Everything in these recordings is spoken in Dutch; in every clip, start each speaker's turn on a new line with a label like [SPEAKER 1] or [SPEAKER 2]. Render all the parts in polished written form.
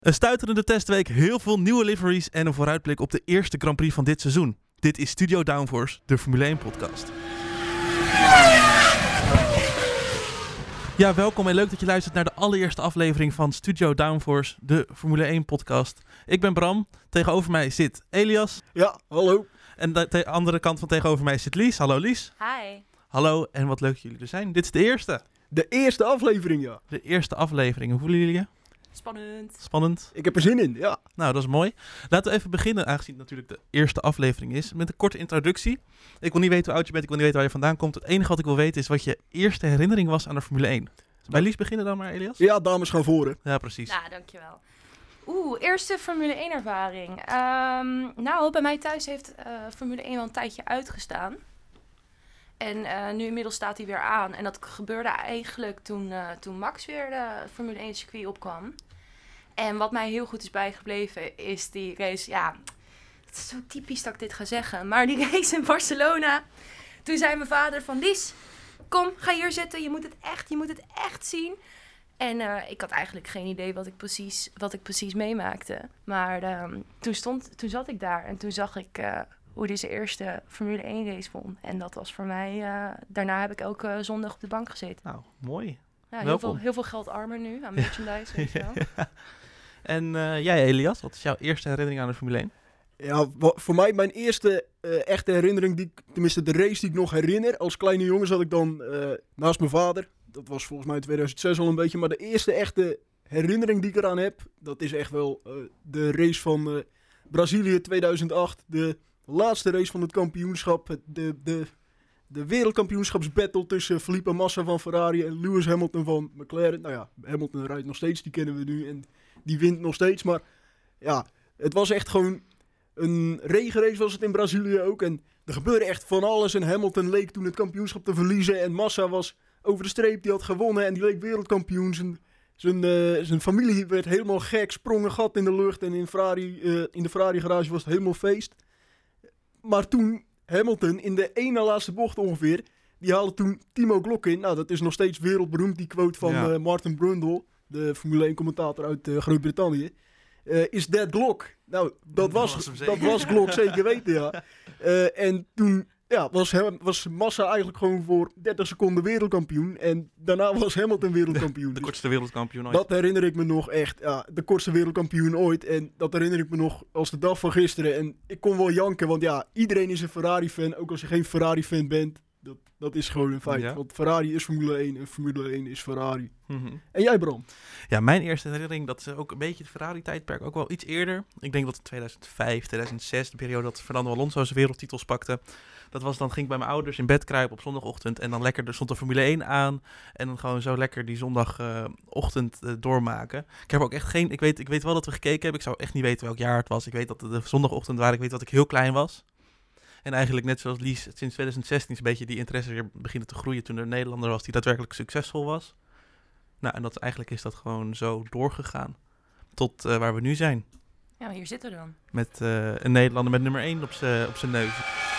[SPEAKER 1] Een stuiterende testweek, heel veel nieuwe liveries en een vooruitblik op de eerste Grand Prix van dit seizoen. Dit is Studio Downforce, de Formule 1 podcast. Ja, welkom en leuk dat je luistert naar de allereerste aflevering van Studio Downforce, de Formule 1 podcast. Ik ben Bram, tegenover mij zit Elias.
[SPEAKER 2] Ja, hallo.
[SPEAKER 1] En de andere kant van tegenover mij zit Lies. Hallo Lies.
[SPEAKER 3] Hi.
[SPEAKER 1] Hallo en wat leuk dat jullie er zijn. Dit is de eerste.
[SPEAKER 2] De eerste aflevering, ja.
[SPEAKER 1] De eerste aflevering. Hoe voelen jullie je?
[SPEAKER 3] Spannend.
[SPEAKER 1] Spannend.
[SPEAKER 2] Ik heb er zin in, ja.
[SPEAKER 1] Nou, dat is mooi. Laten we even beginnen, aangezien het natuurlijk de eerste aflevering is, met een korte introductie. Ik wil niet weten hoe oud je bent, ik wil niet weten waar je vandaan komt. Het enige wat ik wil weten is wat je eerste herinnering was aan de Formule 1. Bij Lies beginnen dan maar, Elias?
[SPEAKER 2] Ja, dames gaan voor, hè.
[SPEAKER 1] Ja, precies.
[SPEAKER 3] Nou, dankjewel. Eerste Formule 1 ervaring. Bij mij thuis heeft Formule 1 wel een tijdje uitgestaan. En nu inmiddels staat hij weer aan. En dat gebeurde eigenlijk toen Max weer de Formule 1 circuit opkwam. En wat mij heel goed is bijgebleven is die race. Ja, het is zo typisch dat ik dit ga zeggen. Maar die race in Barcelona. Toen zei mijn vader van Lies, kom, ga hier zitten. Je moet het echt zien. En ik had eigenlijk geen idee wat ik precies meemaakte. Maar toen zat ik daar en toen zag ik hoe hij zijn eerste Formule 1 race won. En dat was voor mij, daarna heb ik elke zondag op de bank gezeten.
[SPEAKER 1] Nou, mooi.
[SPEAKER 3] Ja, heel veel geld armer nu aan merchandise, weet je wel.
[SPEAKER 1] En jij Elias, wat is jouw eerste herinnering aan de Formule 1?
[SPEAKER 2] Ja, voor mij mijn eerste echte herinnering, tenminste de race die ik nog herinner. Als kleine jongen zat ik dan naast mijn vader. Dat was volgens mij in 2006 al een beetje. Maar de eerste echte herinnering die ik eraan heb, dat is echt wel de race van Brazilië 2008. De laatste race van het kampioenschap. De wereldkampioenschapsbattle tussen Felipe Massa van Ferrari en Lewis Hamilton van McLaren. Nou ja, Hamilton rijdt nog steeds, die kennen we nu. En die wint nog steeds. Maar ja, het was echt gewoon een regenrace was het in Brazilië ook. En er gebeurde echt van alles. En Hamilton leek toen het kampioenschap te verliezen. En Massa was over de streep, die had gewonnen. En die leek wereldkampioen. Zijn familie werd helemaal gek. Sprong een gat in de lucht. En in de Ferrari garage was het helemaal feest. Maar toen Hamilton in de ene laatste bocht ongeveer, die haalde toen Timo Glock in. Nou, dat is nog steeds wereldberoemd, die quote van Martin Brundle, de Formule 1 commentator uit Groot-Brittannië. Is that Glock? Nou, dat was Glock zeker weten, ja. En toen was Massa eigenlijk gewoon voor 30 seconden wereldkampioen. En daarna was Hamilton wereldkampioen.
[SPEAKER 1] De kortste wereldkampioen ooit.
[SPEAKER 2] Dat herinner ik me nog echt. Ja, de kortste wereldkampioen ooit. En dat herinner ik me nog als de dag van gisteren. En ik kon wel janken, want ja, iedereen is een Ferrari-fan. Ook als je geen Ferrari-fan bent. Dat is gewoon een feit. Ja. Want Ferrari is Formule 1 en Formule 1 is Ferrari. Mm-hmm. En jij, Bram?
[SPEAKER 1] Ja, mijn eerste herinnering, dat is ook een beetje het Ferrari-tijdperk. Ook wel iets eerder. Ik denk dat in 2005, 2006, de periode dat Fernando Alonso zijn wereldtitels pakte. Dat was dan, ging ik bij mijn ouders in bed kruipen op zondagochtend. En dan lekker, er stond de Formule 1 aan. En dan gewoon zo lekker die zondagochtend doormaken. Ik heb ook echt geen, ik weet wel dat we gekeken hebben. Ik zou echt niet weten welk jaar het was. Ik weet dat het de zondagochtend waren. Ik weet dat ik heel klein was. En eigenlijk net zoals Lies, sinds 2016 is een beetje die interesse weer beginnen te groeien toen er een Nederlander was die daadwerkelijk succesvol was. Nou, en eigenlijk is dat gewoon zo doorgegaan tot waar we nu zijn.
[SPEAKER 3] Ja, maar hier zitten we dan.
[SPEAKER 1] Met een Nederlander met nummer 1 op zijn neus.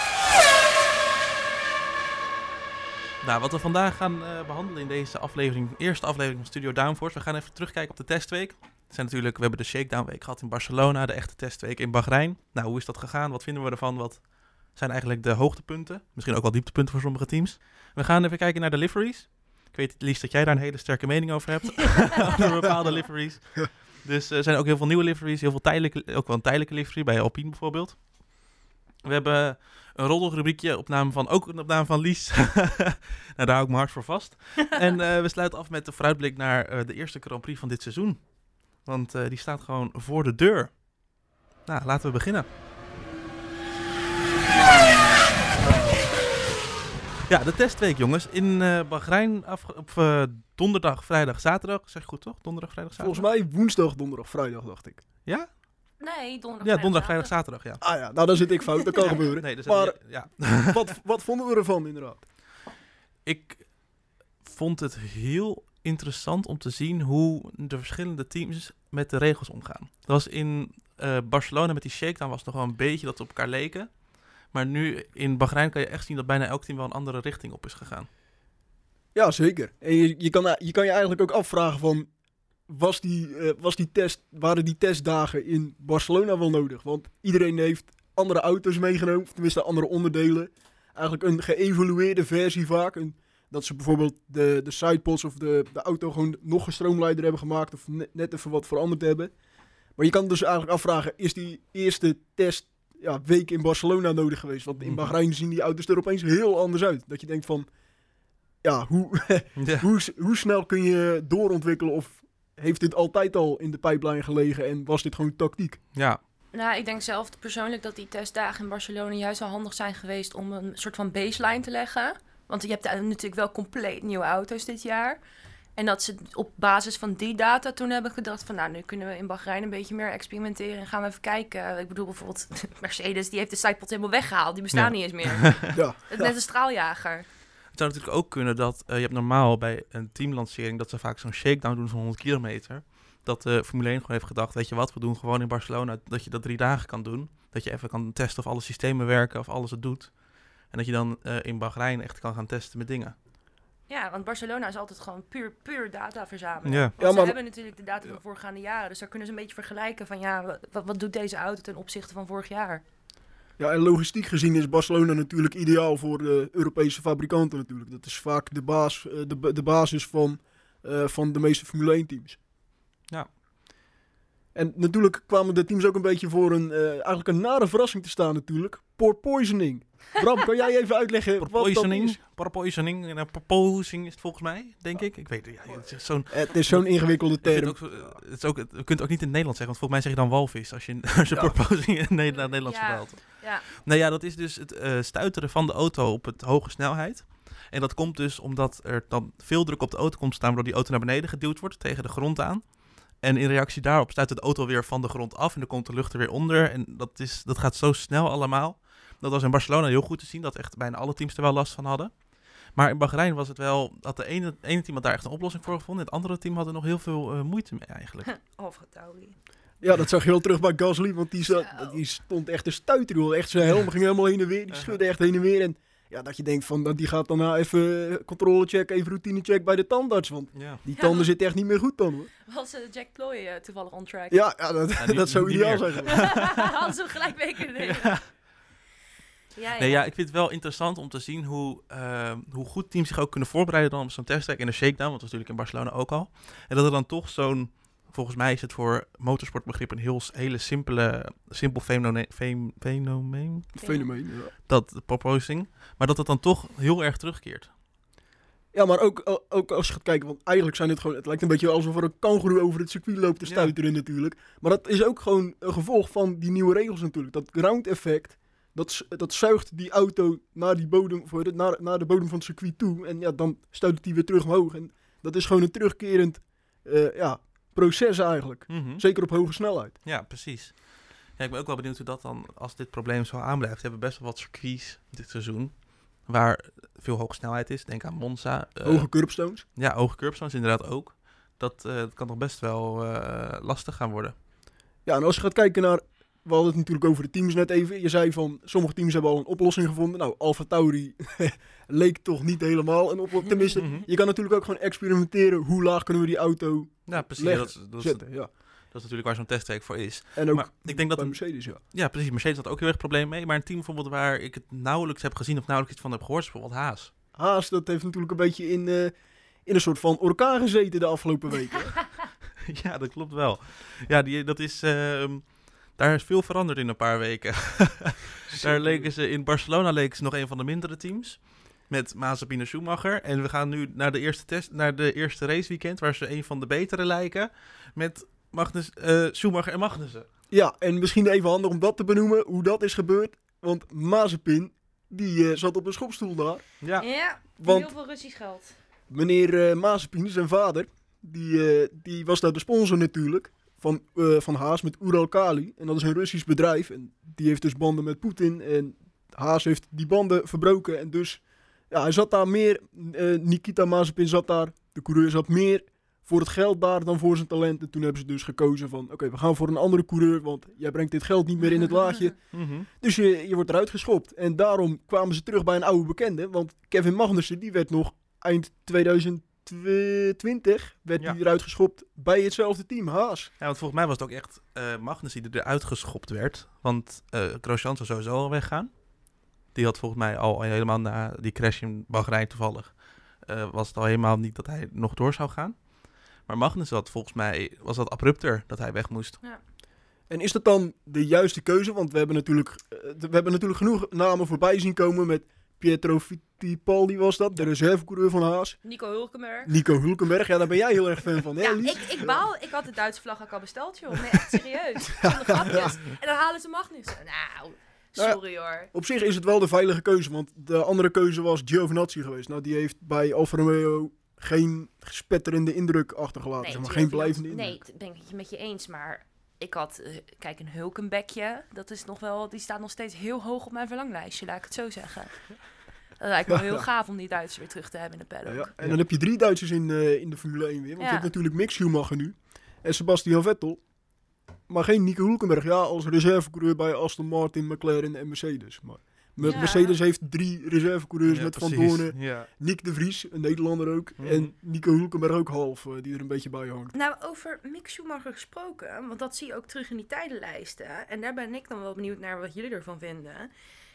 [SPEAKER 1] Nou, wat we vandaag gaan behandelen in deze aflevering, eerste aflevering van Studio Downforce. We gaan even terugkijken op de testweek. We hebben de Shakedown-week gehad in Barcelona, de echte testweek in Bahrein. Nou, hoe is dat gegaan? Wat vinden we ervan? Wat zijn eigenlijk de hoogtepunten? Misschien ook wel dieptepunten voor sommige teams. We gaan even kijken naar de liveries. Ik weet, Lies, dat jij daar een hele sterke mening over hebt. Over bepaalde liveries. Dus er zijn ook heel veel nieuwe liveries. Heel veel ook wel een tijdelijke livery, bij Alpine bijvoorbeeld. We hebben een roddelrubriekje, ook een opname van Lies. Nou, daar hou ik mijn hart voor vast. En we sluiten af met de vooruitblik naar de eerste Grand Prix van dit seizoen. Want die staat gewoon voor de deur. Nou, laten we beginnen. Ja, de testweek, jongens. In Bahrein op donderdag, vrijdag, zaterdag. Zeg ik goed, toch? Donderdag, vrijdag, zaterdag?
[SPEAKER 2] Volgens mij woensdag, donderdag, vrijdag, dacht ik.
[SPEAKER 1] Ja?
[SPEAKER 3] Nee,
[SPEAKER 1] donderdag, vrijdag, zaterdag, ja.
[SPEAKER 2] Ah ja, nou dan zit ik fout. Dat kan gebeuren.
[SPEAKER 1] Nee, dus
[SPEAKER 2] maar
[SPEAKER 1] ja.
[SPEAKER 2] wat vonden we ervan, inderdaad?
[SPEAKER 1] Ik vond het heel interessant om te zien hoe de verschillende teams met de regels omgaan. Dat was in Barcelona met die shakedown was het nog wel een beetje dat ze op elkaar leken. Maar nu in Bahrein kan je echt zien dat bijna elk team wel een andere richting op is gegaan.
[SPEAKER 2] Ja, zeker. En je kan je eigenlijk ook afvragen van waren die testdagen in Barcelona wel nodig. Want iedereen heeft andere auto's meegenomen, of tenminste andere onderdelen. Eigenlijk een geëvolueerde versie vaak. Dat ze bijvoorbeeld de sidepods of de auto gewoon nog gestroomlijnder hebben gemaakt of net even wat veranderd hebben. Maar je kan dus eigenlijk afvragen, is die eerste testweek in Barcelona nodig geweest? Want in Bahrein zien die auto's er opeens heel anders uit. Dat je denkt van, hoe snel kun je doorontwikkelen of heeft dit altijd al in de pijplijn gelegen en was dit gewoon tactiek?
[SPEAKER 1] Ja.
[SPEAKER 3] Nou, ik denk zelf persoonlijk dat die testdagen in Barcelona juist wel handig zijn geweest om een soort van baseline te leggen. Want je hebt natuurlijk wel compleet nieuwe auto's dit jaar. En dat ze op basis van die data toen hebben gedacht van, nu kunnen we in Bahrein een beetje meer experimenteren en gaan we even kijken. Ik bedoel bijvoorbeeld Mercedes, die heeft de sidepod helemaal weggehaald. Die bestaan niet eens meer. Net een straaljager.
[SPEAKER 1] Het zou natuurlijk ook kunnen dat je hebt normaal bij een teamlancering dat ze vaak zo'n shakedown doen van 100 kilometer. Dat de Formule 1 gewoon heeft gedacht, weet je wat, we doen gewoon in Barcelona dat je dat 3 dagen kan doen. Dat je even kan testen of alle systemen werken, of alles het doet. En dat je dan in Bahrein echt kan gaan testen met dingen.
[SPEAKER 3] Ja, want Barcelona is altijd gewoon puur data verzamelen.
[SPEAKER 1] Ja.
[SPEAKER 3] Want ze hebben natuurlijk de data van voorgaande jaren. Dus daar kunnen ze een beetje vergelijken van, wat doet deze auto ten opzichte van vorig jaar?
[SPEAKER 2] Ja, en logistiek gezien is Barcelona natuurlijk ideaal voor de Europese fabrikanten natuurlijk. Dat is vaak de basis van de meeste Formule 1 teams.
[SPEAKER 1] Ja.
[SPEAKER 2] En natuurlijk kwamen de teams ook een beetje voor eigenlijk een nare verrassing te staan natuurlijk. Porpoisoning. Bram, kan jij even uitleggen wat dat is?
[SPEAKER 1] Porpoisoning is het volgens mij, denk ik. Ik weet het.
[SPEAKER 2] Het is zo'n ingewikkelde term.
[SPEAKER 1] Je kunt het ook niet in het Nederlands zeggen, want volgens mij zeg je dan walvis als je porpoising in het Nederlands vertaalt.
[SPEAKER 3] Ja.
[SPEAKER 1] Nou ja, dat is dus het stuiteren van de auto op het hoge snelheid. En dat komt dus omdat er dan veel druk op de auto komt staan, waardoor die auto naar beneden geduwd wordt, tegen de grond aan. En in reactie daarop stuit de auto weer van de grond af en dan komt de lucht er weer onder. En dat gaat zo snel allemaal. Dat was in Barcelona heel goed te zien, dat echt bijna alle teams er wel last van hadden. Maar in Bahrein was het wel, dat de ene team had daar echt een oplossing voor gevonden. Het andere team had er nog heel veel moeite mee eigenlijk.
[SPEAKER 3] Alfa-Tauri.
[SPEAKER 2] Ja, dat zag je wel terug bij Gasly, want die stond echt te stuiteren. Echt zijn helm ging helemaal heen en weer, die schudde echt heen en weer. En ja, dat je denkt van, die gaat daarna even controlecheck, even routinecheck bij de tandarts. Want die tanden zitten echt niet meer goed dan, hoor.
[SPEAKER 3] Was Jack Ploy toevallig on track?
[SPEAKER 2] Ja, dat zou ideaal zijn.
[SPEAKER 3] Hadden ze gelijk weken nemen.
[SPEAKER 1] Nee, ik vind het wel interessant om te zien hoe goed teams zich ook kunnen voorbereiden dan op zo'n testtrack in een shakedown. Want dat was natuurlijk in Barcelona ook al. En dat er dan toch volgens mij is het voor motorsportbegrip een hele simpel fenomeen.
[SPEAKER 2] Ja.
[SPEAKER 1] Dat porpoising. Maar dat het dan toch heel erg terugkeert.
[SPEAKER 2] Ja, maar ook als je gaat kijken, want eigenlijk zijn het lijkt een beetje alsof er een kangoeroe over het circuit loopt te stuiteren natuurlijk. Maar dat is ook gewoon een gevolg van die nieuwe regels natuurlijk. Dat ground effect, dat zuigt die auto naar die bodem, naar de bodem van het circuit toe. En dan stuit die weer terug omhoog. En dat is gewoon een terugkerend proces eigenlijk. Mm-hmm. Zeker op hoge snelheid.
[SPEAKER 1] Ja, precies. Ja, ik ben ook wel benieuwd hoe dat dan, als dit probleem zo aanblijft. We hebben best wel wat circuits dit seizoen waar veel hoge snelheid is. Denk aan Monza.
[SPEAKER 2] Hoge curbstones.
[SPEAKER 1] Ja, hoge curbstones inderdaad ook. Dat kan nog best wel lastig gaan worden.
[SPEAKER 2] Ja, en als je gaat kijken naar, we hadden het natuurlijk over de teams net even. Je zei van, sommige teams hebben al een oplossing gevonden. Nou, Alfa-Tauri leek toch niet helemaal een oplossing. Tenminste, je kan natuurlijk ook gewoon experimenteren. Hoe laag kunnen we die auto zetten.
[SPEAKER 1] Dat is natuurlijk waar zo'n testtrack voor is.
[SPEAKER 2] En ook
[SPEAKER 1] maar ik denk dat
[SPEAKER 2] bij Mercedes,
[SPEAKER 1] Ja, precies. Mercedes had ook heel erg probleem mee. Maar een team bijvoorbeeld waar ik het nauwelijks heb gezien of nauwelijks iets van heb gehoord, is bijvoorbeeld Haas.
[SPEAKER 2] Haas, dat heeft natuurlijk een beetje in een soort van orkaan gezeten de afgelopen weken.
[SPEAKER 1] Ja, dat klopt wel. Ja, daar is veel veranderd in een paar weken. Daar leken ze in Barcelona nog een van de mindere teams. Met Mazepin en Schumacher. En we gaan nu naar de eerste raceweekend, waar ze een van de betere lijken. Met Schumacher en Magnussen.
[SPEAKER 2] Ja, en misschien even handig om dat te benoemen, hoe dat is gebeurd. Want Mazepin, die zat op een schopstoel daar.
[SPEAKER 3] Ja, heel veel Russisch geld.
[SPEAKER 2] Meneer Mazepin, zijn vader, die was daar de sponsor natuurlijk van Haas met Uralkali. En dat is een Russisch bedrijf. En die heeft dus banden met Poetin. En Haas heeft die banden verbroken. En dus, hij zat daar meer. Nikita Mazepin zat daar. De coureur zat meer voor het geld daar dan voor zijn talent. En toen hebben ze dus gekozen van, oké, we gaan voor een andere coureur. Want jij brengt dit geld niet meer in het laadje. Dus je wordt eruit geschopt. En daarom kwamen ze terug bij een oude bekende. Want Kevin Magnussen, die werd nog eind 2022 2020 werd hij eruit geschopt bij hetzelfde team, Haas.
[SPEAKER 1] Ja, want volgens mij was het ook echt Magnus die eruit geschopt werd. Want Grosjean zou sowieso al weggaan. Die had volgens mij al helemaal na die crash in Bahrein toevallig... was het al helemaal niet dat hij nog door zou gaan. Maar Magnus had volgens mij... was dat abrupter dat hij weg moest.
[SPEAKER 3] Ja.
[SPEAKER 2] En is dat dan de juiste keuze? Want we hebben natuurlijk genoeg namen voorbij zien komen met Pietro Fittipaldi was dat, de reservecoureur van Haas.
[SPEAKER 3] Nico
[SPEAKER 2] Hulkenberg, ja, daar ben jij heel erg fan van, hè,
[SPEAKER 3] Ja,
[SPEAKER 2] Lies?
[SPEAKER 3] ik baal. Ik had de Duitse vlag ook al besteld, joh. Nee, echt serieus. Zonder grapjes. En dan halen ze Magnussen. Nou, sorry hoor.
[SPEAKER 2] Op zich is het wel de veilige keuze, want de andere keuze was Giovinazzi geweest. Nou, die heeft bij Alfa Romeo geen spetterende indruk achtergelaten, zeg maar, geen blijvende indruk.
[SPEAKER 3] Nee, dat ben ik het met je eens, maar ik had, kijk, een Hulkenbekje, dat is nog wel, die staat nog steeds heel hoog op mijn verlanglijstje, laat ik het zo zeggen. Dat lijkt me heel gaaf om die Duitsers weer terug te hebben in de paddock.
[SPEAKER 2] Ja. En dan heb je 3 Duitsers in de Formule 1 weer, want je hebt natuurlijk Mick Schumacher nu en Sebastian Vettel. Maar geen Nico Hulkenberg, ja, als reservecoureur bij Aston Martin, McLaren en Mercedes. Maar Mercedes heeft 3 reservecoureurs met
[SPEAKER 1] precies.
[SPEAKER 2] Van Doornen,
[SPEAKER 1] Ja.
[SPEAKER 2] Nick de Vries, een Nederlander ook, en Nico Hulkenberg ook half, die er een beetje bij hangt.
[SPEAKER 3] Nou, over Mick Schumacher gesproken, want dat zie je ook terug in die tijdenlijsten. En daar ben ik dan wel benieuwd naar wat jullie ervan vinden.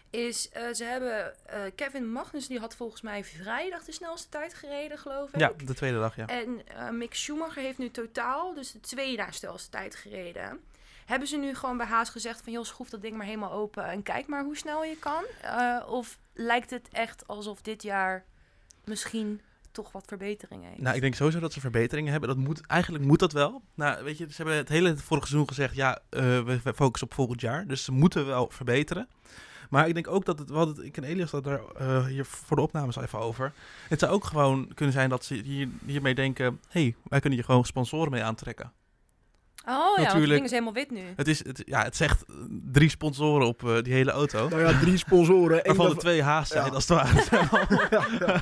[SPEAKER 3] Ze hebben Kevin Magnussen, die had volgens mij vrijdag de snelste tijd gereden, geloof ik.
[SPEAKER 1] Ja, de tweede dag, ja.
[SPEAKER 3] En Mick Schumacher heeft nu totaal dus de 2 na snelste tijd gereden. Hebben ze nu gewoon bij Haas gezegd van... joh, schroef dat ding maar helemaal open en kijk maar hoe snel je kan? Of lijkt het echt alsof dit jaar misschien toch wat verbeteringen heeft?
[SPEAKER 1] Nou, ik denk sowieso dat ze verbeteringen hebben. Eigenlijk moet dat wel. Nou, weet je, ze hebben het hele vorige seizoen gezegd... ja, we focussen op volgend jaar. Dus ze moeten wel verbeteren. Maar ik denk ook dat ik en Elias hadden daar hier voor de opnames al even over. Het zou ook gewoon kunnen zijn dat ze hiermee denken... hey, wij kunnen hier gewoon sponsoren mee aantrekken.
[SPEAKER 3] Oh ja, want het
[SPEAKER 1] Natuurlijk.
[SPEAKER 3] ding is helemaal wit nu.
[SPEAKER 1] Het zegt 3 sponsoren op die hele auto.
[SPEAKER 2] Nou ja, 3 sponsoren.
[SPEAKER 1] Waarvan er 2 Haas zijn, als het ware.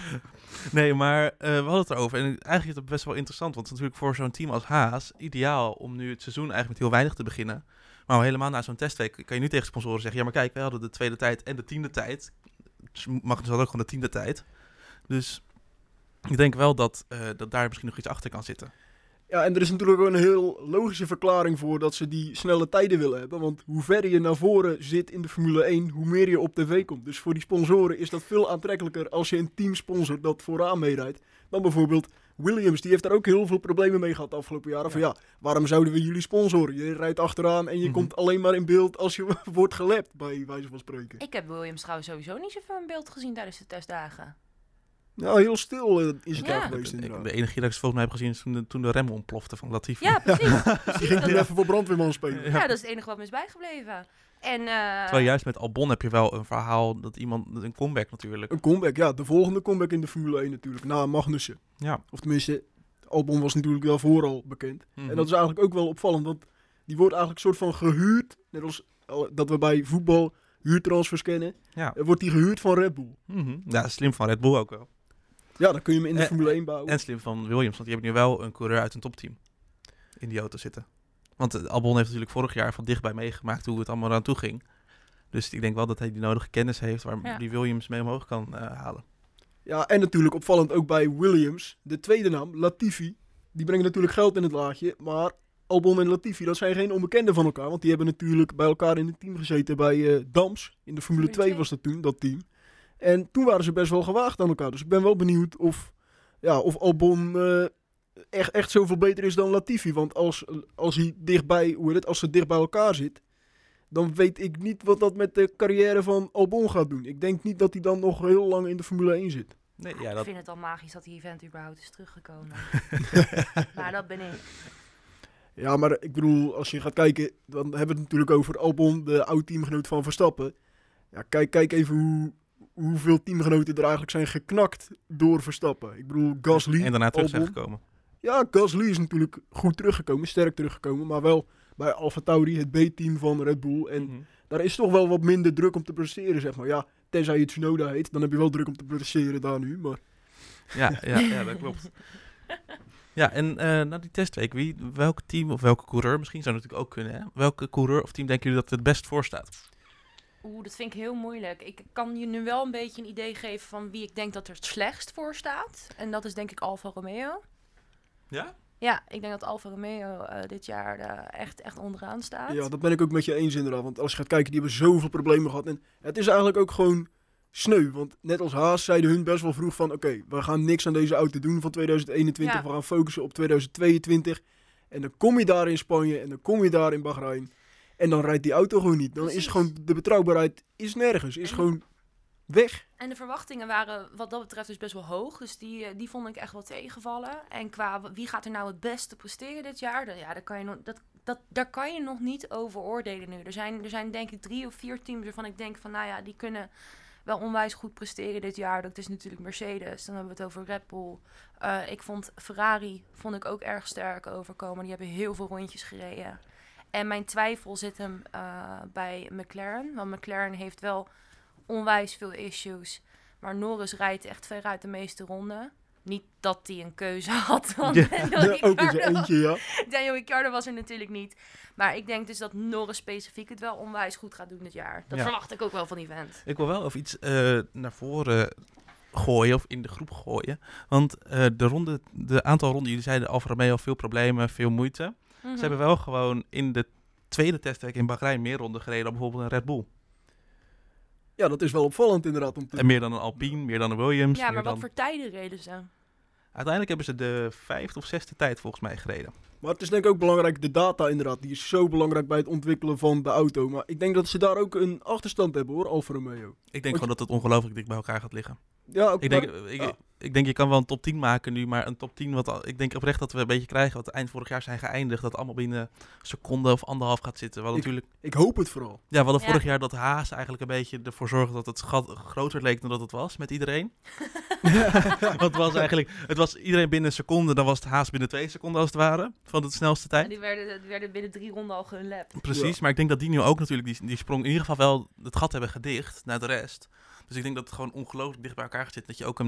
[SPEAKER 1] Nee, maar we hadden het erover. En eigenlijk is het best wel interessant. Want het is natuurlijk voor zo'n team als Haas ideaal om nu het seizoen eigenlijk met heel weinig te beginnen. Maar helemaal na zo'n testweek kan je nu tegen sponsoren zeggen... ja, maar kijk, wij hadden de tweede tijd en de 10e tijd. Magnus had ook gewoon de 10e tijd. Dus ik denk wel dat daar misschien nog iets achter kan zitten.
[SPEAKER 2] Ja, en er is natuurlijk ook een heel logische verklaring voor dat ze die snelle tijden willen hebben. Want hoe verder je naar voren zit in de Formule 1, hoe meer je op tv komt. Dus voor die sponsoren is dat veel aantrekkelijker als je een team sponsort dat vooraan meerijdt. Dan bijvoorbeeld Williams, die heeft daar ook heel veel problemen mee gehad de afgelopen jaren. Van ja, waarom zouden we jullie sponsoren? Je rijdt achteraan en je komt alleen maar in beeld als je wordt gelapt, bij wijze van spreken.
[SPEAKER 3] Ik heb Williams trouwens sowieso niet zoveel in beeld gezien tijdens de testdagen.
[SPEAKER 2] Nou, heel stil is het daar
[SPEAKER 3] Ja.
[SPEAKER 2] geweest inderdaad.
[SPEAKER 1] De enige keer dat ik ze volgens mij heb gezien is toen de remmen ontplofte van Latifi.
[SPEAKER 3] Ja, precies.
[SPEAKER 2] Die ging toen even voor brandweerman spelen.
[SPEAKER 3] Ja, dat is het enige wat me is bijgebleven. En,
[SPEAKER 1] Terwijl juist met Albon heb je wel een verhaal dat een comeback natuurlijk.
[SPEAKER 2] Een comeback, ja. De volgende comeback in de Formule 1 natuurlijk, na Magnussen.
[SPEAKER 1] Ja.
[SPEAKER 2] Of tenminste, Albon was natuurlijk wel vooral bekend. En dat is eigenlijk ook wel opvallend, want die wordt eigenlijk een soort van gehuurd. Net als dat we bij voetbal huurtransfers kennen.
[SPEAKER 1] Ja.
[SPEAKER 2] Wordt die gehuurd van Red Bull.
[SPEAKER 1] Ja, slim van Red Bull ook wel.
[SPEAKER 2] Ja, dan kun je hem in de Formule 1 bouwen.
[SPEAKER 1] En slim van Williams, want die hebben nu wel een coureur uit een topteam in die auto zitten. Want Albon heeft natuurlijk vorig jaar van dichtbij meegemaakt hoe het allemaal aan toe ging. Dus ik denk wel dat hij die nodige kennis heeft waar die Williams mee omhoog kan halen.
[SPEAKER 2] Ja, en natuurlijk opvallend ook bij Williams, de tweede naam, Latifi. Die brengen natuurlijk geld in het laadje, maar Albon en Latifi, dat zijn geen onbekenden van elkaar. Want die hebben natuurlijk bij elkaar in het team gezeten bij Dams. In de Formule 2 was dat toen, dat team. En toen waren ze best wel gewaagd aan elkaar. Dus ik ben wel benieuwd of Albon echt zoveel beter is dan Latifi. Want als hij als ze dicht bij elkaar zit, dan weet ik niet wat dat met de carrière van Albon gaat doen. Ik denk niet dat hij dan nog heel lang in de Formule 1 zit.
[SPEAKER 1] Nee,
[SPEAKER 3] Ik vind het al magisch dat die event überhaupt is teruggekomen. Maar dat ben ik.
[SPEAKER 2] Ja, maar ik bedoel, als je gaat kijken, dan hebben we het natuurlijk over Albon, de oud-teamgenoot van Verstappen. Ja, kijk even hoeveel teamgenoten er eigenlijk zijn geknakt door Verstappen. Ik bedoel, Gasly,
[SPEAKER 1] en daarna terug
[SPEAKER 2] Albon.
[SPEAKER 1] zijn gekomen.
[SPEAKER 2] Ja, Gasly is natuurlijk goed teruggekomen, sterk teruggekomen, maar wel bij AlphaTauri, het B-team van Red Bull. En daar is toch wel wat minder druk om te presteren, zeg maar. Ja, tenzij je Tsunoda heet, dan heb je wel druk om te presteren daar nu, maar...
[SPEAKER 1] Ja, dat klopt. Ja, en na die testweek, welk team of welke coureur, misschien zou natuurlijk ook kunnen, hè? Welke coureur of team denken jullie dat het best voor staat?
[SPEAKER 3] Dat vind ik heel moeilijk. Ik kan je nu wel een beetje een idee geven van wie ik denk dat er het slechtst voor staat. En dat is denk ik Alfa Romeo.
[SPEAKER 1] Ja?
[SPEAKER 3] Ja, ik denk dat Alfa Romeo dit jaar echt onderaan staat.
[SPEAKER 2] Ja, dat ben ik ook met je eens inderdaad. Want als je gaat kijken, die hebben zoveel problemen gehad. En het is eigenlijk ook gewoon sneu. Want net als Haas zeiden hun best wel vroeg van... Oké, we gaan niks aan deze auto doen van 2021.
[SPEAKER 3] Ja.
[SPEAKER 2] We gaan focussen op 2022. En dan kom je daar in Spanje en dan kom je daar in Bahrein. En dan rijdt die auto gewoon niet. Dan
[SPEAKER 3] Precies.
[SPEAKER 2] is gewoon de betrouwbaarheid is nergens. Is gewoon weg.
[SPEAKER 3] En de verwachtingen waren wat dat betreft dus best wel hoog. Dus die vond ik echt wel tegenvallen. En qua wie gaat er nou het beste presteren dit jaar? Daar kan je nog niet over oordelen nu. Er zijn denk ik 3 of 4 teams waarvan ik denk van... Nou ja, die kunnen wel onwijs goed presteren dit jaar. Dat is natuurlijk Mercedes. Dan hebben we het over Red Bull. Ik vond Ferrari ook erg sterk overkomen. Die hebben heel veel rondjes gereden. En mijn twijfel zit hem bij McLaren. Want McLaren heeft wel onwijs veel issues. Maar Norris rijdt echt veruit de meeste ronden. Niet dat hij een keuze had. Want
[SPEAKER 2] Ook eens eentje, ja.
[SPEAKER 3] Daniel Ricciardo was er natuurlijk niet. Maar ik denk dus dat Norris specifiek het wel onwijs goed gaat doen dit jaar. Dat verwacht ik ook wel van die vent.
[SPEAKER 1] Ik wil wel of iets naar voren gooien of in de groep gooien. Want de aantal ronden, jullie zeiden Alfa Romeo, veel problemen, veel moeite.
[SPEAKER 3] Mhm.
[SPEAKER 1] Ze hebben wel gewoon in de tweede testweek in Bahrein meer ronden gereden dan bijvoorbeeld een Red Bull.
[SPEAKER 2] Ja, dat is wel opvallend inderdaad.
[SPEAKER 1] En meer dan een Alpine, meer dan een Williams.
[SPEAKER 3] Ja,
[SPEAKER 1] meer
[SPEAKER 3] maar wat
[SPEAKER 1] dan...
[SPEAKER 3] voor tijden reden ze?
[SPEAKER 1] Uiteindelijk hebben ze de 5e of 6e tijd volgens mij gereden.
[SPEAKER 2] Maar het is denk ik ook belangrijk, de data inderdaad. Die is zo belangrijk bij het ontwikkelen van de auto. Maar ik denk dat ze daar ook een achterstand hebben hoor, Alfa Romeo.
[SPEAKER 1] Ik denk gewoon dat het ongelooflijk dik bij elkaar gaat liggen.
[SPEAKER 2] Ja, ook
[SPEAKER 1] Ik denk, je kan wel een top 10 maken nu, maar een top 10, ik denk oprecht dat we een beetje krijgen wat eind vorig jaar zijn geëindigd, dat het allemaal binnen een seconde of anderhalf gaat zitten. We hadden
[SPEAKER 2] ik hoop het vooral.
[SPEAKER 1] we hadden vorig jaar dat Haas eigenlijk een beetje ervoor zorgde dat het gat groter leek dan dat het was met iedereen. Want het was iedereen binnen een seconde, dan was het Haas binnen 2 seconden als het ware, van de snelste tijd.
[SPEAKER 3] Ja, die werden binnen 3 ronden al geunlapt.
[SPEAKER 1] Precies,
[SPEAKER 2] Ja.
[SPEAKER 1] Maar ik denk dat die nu ook natuurlijk die sprong in ieder geval wel het gat hebben gedicht naar de rest. Dus ik denk dat het gewoon ongelooflijk dicht bij elkaar gaat zitten. Dat je ook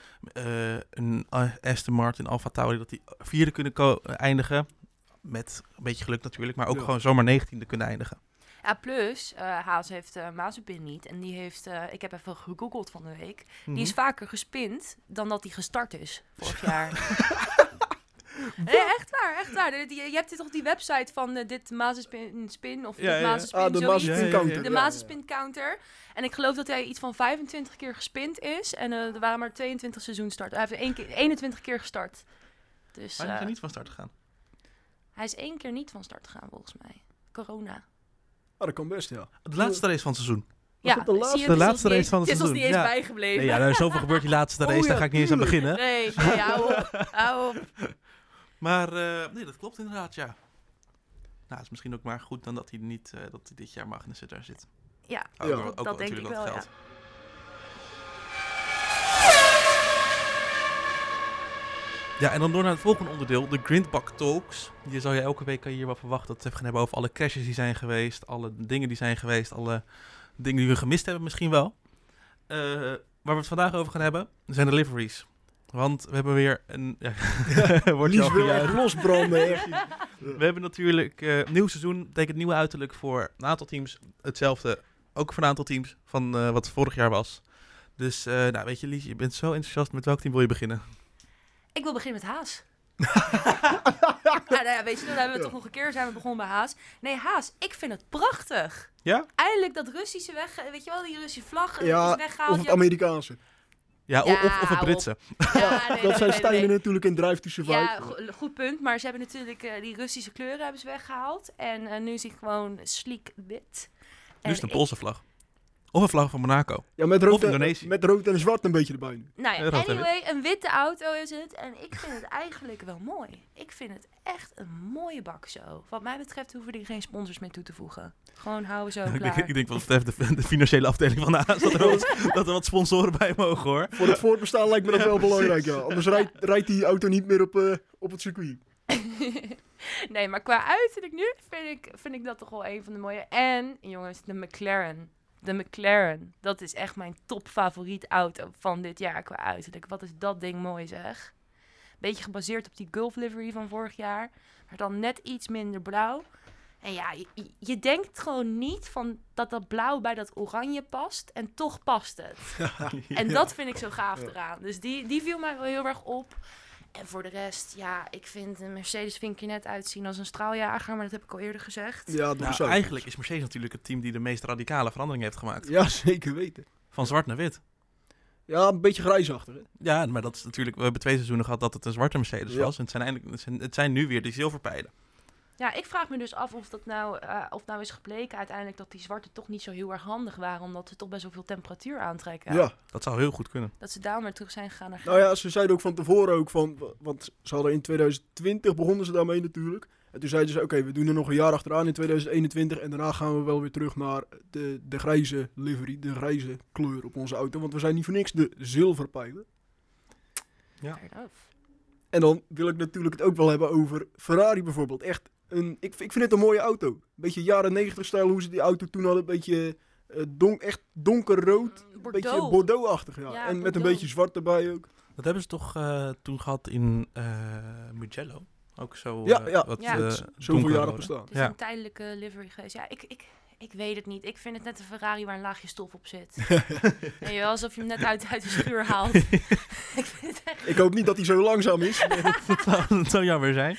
[SPEAKER 1] een Aston Martin, Alfa Tauri, dat die 4e kunnen eindigen. Met een beetje geluk natuurlijk, maar ook gewoon zomaar 19e kunnen eindigen.
[SPEAKER 3] Ja, plus Haas heeft Mazepin niet. En die heeft, ik heb even gegoogeld van de week. Die is vaker gespind dan dat hij gestart is vorig jaar. Nee, echt waar. Je hebt toch die website van dit Mazepin of dit Mazepin,
[SPEAKER 2] de
[SPEAKER 3] zoiets?
[SPEAKER 2] Mazepin counter.
[SPEAKER 3] De Mazepin counter. En ik geloof dat hij iets van 25 keer gespind is. En er waren maar 22 seizoenstarten. Hij heeft 21 keer gestart. Dus,
[SPEAKER 1] Maar hij is er niet van start gegaan.
[SPEAKER 3] hij is 1 keer niet van start gegaan, volgens mij. Corona.
[SPEAKER 2] Ah, dat kan best, ja.
[SPEAKER 1] De laatste race van het seizoen.
[SPEAKER 2] Was dat de laatste?
[SPEAKER 3] zie je,
[SPEAKER 1] De
[SPEAKER 3] het is
[SPEAKER 1] laatste
[SPEAKER 3] ons
[SPEAKER 1] race van het
[SPEAKER 3] Het is ons
[SPEAKER 1] seizoen,
[SPEAKER 3] niet eens
[SPEAKER 1] ja.
[SPEAKER 3] bijgebleven.
[SPEAKER 1] Nee, ja, er is zoveel gebeurd die laatste race,
[SPEAKER 2] Oh,
[SPEAKER 1] daar
[SPEAKER 2] ja,
[SPEAKER 1] ga ik niet eens aan
[SPEAKER 2] tuurlijk.
[SPEAKER 1] beginnen.
[SPEAKER 3] Nee, hou op.
[SPEAKER 1] Maar nee, dat klopt inderdaad, ja. Nou, het is misschien ook maar goed dan dat hij niet dat hij dit jaar Magnussen daar zit.
[SPEAKER 3] Ja,
[SPEAKER 1] Ook
[SPEAKER 2] Ja.
[SPEAKER 1] wel- ook
[SPEAKER 3] dat
[SPEAKER 1] wel
[SPEAKER 3] denk ik
[SPEAKER 1] natuurlijk
[SPEAKER 3] wel,
[SPEAKER 1] dat
[SPEAKER 3] ja.
[SPEAKER 1] geldt. Ja, en dan door naar het volgende onderdeel, de Grindbak Talks. Je zou je elke week hier wel verwachten dat we het even gaan hebben over alle crashes die zijn geweest, alle dingen die zijn geweest, alle dingen die we gemist hebben misschien wel. Waar we het vandaag over gaan hebben, zijn de liveries. Want we hebben weer een... Ja, wordt je
[SPEAKER 2] Lies
[SPEAKER 1] al
[SPEAKER 2] wil
[SPEAKER 1] gejuicht.
[SPEAKER 2] echt losbranden, echt.
[SPEAKER 1] We hebben natuurlijk nieuw seizoen, betekent nieuw uiterlijk voor een aantal teams. Hetzelfde ook voor een aantal teams van wat vorig jaar was. Dus nou, weet je Lies, je bent zo enthousiast. Met welk team wil je beginnen?
[SPEAKER 3] Ik wil beginnen met Haas. Nou ja, weet je, dan hebben we toch nog een keer zijn we begonnen bij Haas. Nee, Haas, ik vind het prachtig.
[SPEAKER 1] Ja?
[SPEAKER 3] Eindelijk dat Russische weet je wel, die Russische vlag
[SPEAKER 2] Ja,
[SPEAKER 3] is weggehaald.
[SPEAKER 2] of het Amerikaanse.
[SPEAKER 1] Ja,
[SPEAKER 3] Ja,
[SPEAKER 1] of het Britse.
[SPEAKER 2] Dat zijn stijlen natuurlijk in Drive to Survive.
[SPEAKER 3] Ja, goed punt. Maar ze hebben natuurlijk die Russische kleuren hebben ze weggehaald. En nu is hij gewoon sleek wit.
[SPEAKER 1] Nu is het een Poolse vlag. Of een vlag van Monaco.
[SPEAKER 2] Ja, met
[SPEAKER 1] Of
[SPEAKER 2] rood,
[SPEAKER 1] Indonesië.
[SPEAKER 2] met rood en zwart een beetje erbij nu.
[SPEAKER 3] Nou ja,
[SPEAKER 1] Rood en
[SPEAKER 3] anyway, een witte auto is het. En ik vind het eigenlijk wel mooi. Ik vind het echt een mooie bak zo. Wat mij betreft hoeven er geen sponsors meer toe te voegen. Gewoon houden zo klaar.
[SPEAKER 1] Ik denk wat betreft de financiële afdeling van de Haas dat er wat sponsoren bij mogen hoor.
[SPEAKER 2] Voor het voortbestaan lijkt me dat wel belangrijk, ja. Anders rijdt die auto niet meer op het circuit.
[SPEAKER 3] Nee, maar qua uiterlijk nu vind ik dat toch wel een van de mooie. En jongens, de McLaren, dat is echt mijn topfavoriet auto van dit jaar qua uiterlijk. Wat is dat ding mooi zeg. Beetje gebaseerd op die Gulf livery van vorig jaar. Maar dan net iets minder blauw. En ja, je denkt gewoon niet van dat blauw bij dat oranje past. En toch past het. En dat vind ik zo gaaf eraan. Dus die viel mij wel heel erg op. En voor de rest, ja, ik vind een Mercedes vind ik er net uitzien als een straaljager. Maar dat heb ik al eerder gezegd.
[SPEAKER 2] Ja,
[SPEAKER 1] Nou, eigenlijk is Mercedes natuurlijk het team die de meest radicale verandering heeft gemaakt.
[SPEAKER 2] Ja, zeker weten.
[SPEAKER 1] Van zwart naar wit.
[SPEAKER 2] Ja, een beetje grijsachtig. Hè?
[SPEAKER 1] Ja, maar dat is natuurlijk... We hebben 2 seizoenen gehad dat het een zwarte Mercedes
[SPEAKER 2] Ja.
[SPEAKER 1] was. En het zijn nu weer die zilverpijlen.
[SPEAKER 3] Ja, ik vraag me dus af of nou is gebleken uiteindelijk dat die zwarte toch niet zo heel erg handig waren. Omdat ze toch best wel veel temperatuur aantrekken.
[SPEAKER 2] Ja.
[SPEAKER 1] Dat zou heel goed kunnen.
[SPEAKER 3] Dat ze daarom weer terug zijn gegaan naar
[SPEAKER 2] Nou ja, ze zeiden ook van tevoren ook van... Want ze hadden in 2020 begonnen ze daarmee natuurlijk. En toen zeiden ze, oké, we doen er nog een jaar achteraan in 2021. En daarna gaan we wel weer terug naar de grijze livery, de grijze kleur op onze auto. Want we zijn niet voor niks de zilverpijlen.
[SPEAKER 1] Ja.
[SPEAKER 3] Fair enough.
[SPEAKER 2] En dan wil ik natuurlijk het ook wel hebben over Ferrari bijvoorbeeld. Echt, ik vind het een mooie auto. Een beetje jaren 90 stijl, hoe ze die auto toen hadden. Een beetje echt donkerrood. Een beetje
[SPEAKER 3] Bordeaux.
[SPEAKER 2] Bordeaux-achtig, ja.
[SPEAKER 3] Ja,
[SPEAKER 2] En met een
[SPEAKER 3] Bordeaux.
[SPEAKER 2] beetje zwart erbij ook.
[SPEAKER 1] Dat hebben ze toch toen gehad in Mugello? Ook zo
[SPEAKER 2] Ja.
[SPEAKER 1] wat
[SPEAKER 3] Ja.
[SPEAKER 2] Zoveel
[SPEAKER 1] donkerrode.
[SPEAKER 2] jaren bestaan.
[SPEAKER 3] Het is
[SPEAKER 1] Ja.
[SPEAKER 3] een tijdelijke livery geweest. Ja, ik weet het niet. Ik vind het net een Ferrari waar een laagje stof op zit. Weet je wel, alsof je hem net uit de schuur haalt. Ik vind het echt...
[SPEAKER 2] Ik hoop niet dat hij zo langzaam is.
[SPEAKER 1] Dat zou jammer zijn.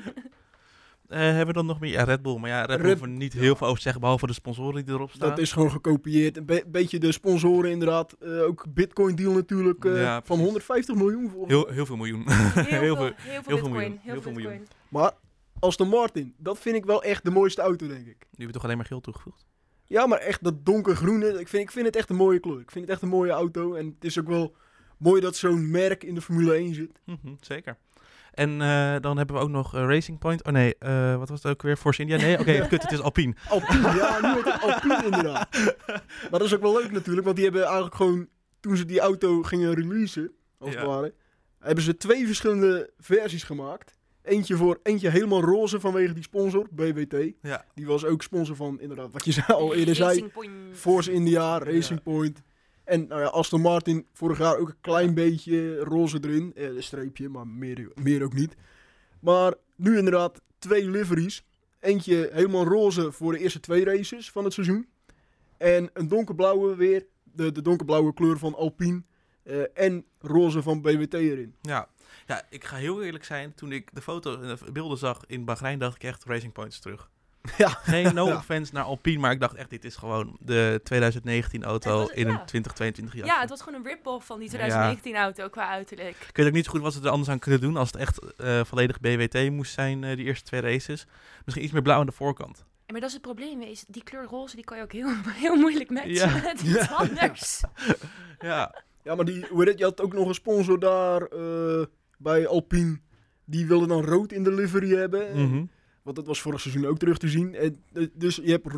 [SPEAKER 1] Hebben we dan nog meer? Ja, Red Bull. Maar ja, Red Bull
[SPEAKER 2] Red-
[SPEAKER 1] hoeven we niet heel veel over te zeggen, behalve de sponsoren die erop staan.
[SPEAKER 2] Dat is gewoon gekopieerd. Een beetje de sponsoren inderdaad. Ook Bitcoin deal natuurlijk.
[SPEAKER 1] Ja,
[SPEAKER 2] van
[SPEAKER 1] precies.
[SPEAKER 2] 150 miljoen volgens mij.
[SPEAKER 1] Heel veel miljoen.
[SPEAKER 3] Heel veel
[SPEAKER 1] miljoen.
[SPEAKER 3] bitcoin.
[SPEAKER 1] Heel veel miljoen.
[SPEAKER 2] Maar Aston Martin, dat vind ik wel echt de mooiste auto, denk ik.
[SPEAKER 1] Nu hebben we toch alleen maar geel toegevoegd.
[SPEAKER 2] Ja, maar echt dat donkergroene. Ik vind het echt een mooie kleur. Ik vind het echt een mooie auto. En het is ook wel mooi dat zo'n merk in de Formule 1 zit.
[SPEAKER 1] Zeker. En dan hebben we ook nog Racing Point. Oh nee, wat was het ook weer? Force India? Nee, oké, kut, het is Alpine.
[SPEAKER 2] Alpine, ja, nu wordt het Alpine inderdaad. Maar dat is ook wel leuk natuurlijk, want die hebben eigenlijk gewoon, toen ze die auto gingen releasen, als het
[SPEAKER 1] Ja.
[SPEAKER 2] ware, hebben ze 2 verschillende versies gemaakt. Eentje helemaal roze vanwege die sponsor, BWT.
[SPEAKER 1] Ja.
[SPEAKER 2] Die was ook sponsor van, inderdaad, wat je al eerder zei,
[SPEAKER 3] Racing Point.
[SPEAKER 2] Force India, Racing
[SPEAKER 1] Ja.
[SPEAKER 2] Point. En nou ja, Aston Martin, vorig jaar ook een klein beetje roze erin. Een streepje, maar meer ook niet. Maar nu inderdaad 2 liveries. Eentje helemaal roze voor de eerste 2 races van het seizoen. En een donkerblauwe weer. De donkerblauwe kleur van Alpine. En roze van BWT erin.
[SPEAKER 1] Ja, ik ga heel eerlijk zijn. Toen ik de beelden zag in Bahrein, dacht ik echt Racing Point is terug.
[SPEAKER 2] Ja.
[SPEAKER 1] Geen
[SPEAKER 2] Ja.
[SPEAKER 1] offense naar Alpine, maar ik dacht echt, dit is gewoon de 2019 auto
[SPEAKER 3] Het was-
[SPEAKER 1] in
[SPEAKER 3] ja.
[SPEAKER 1] een 2022 jasje.
[SPEAKER 3] Ja, het was gewoon een rip-off van die 2019 auto qua uiterlijk.
[SPEAKER 1] Ik weet ook niet zo goed wat ze er anders aan kunnen doen als het echt volledig BWT moest zijn, die eerste 2 races. Misschien iets meer blauw aan de voorkant.
[SPEAKER 3] Ja, maar dat is het probleem. Is, die kleur roze die kan je ook heel moeilijk matchen
[SPEAKER 1] Ja.
[SPEAKER 3] met iets anders.
[SPEAKER 1] Ja,
[SPEAKER 2] Ja, maar je had ook nog een sponsor daar bij Alpine. Die wilde dan rood in de livery hebben.
[SPEAKER 1] mhm.
[SPEAKER 2] Want dat was vorig seizoen ook terug te zien. En, dus je hebt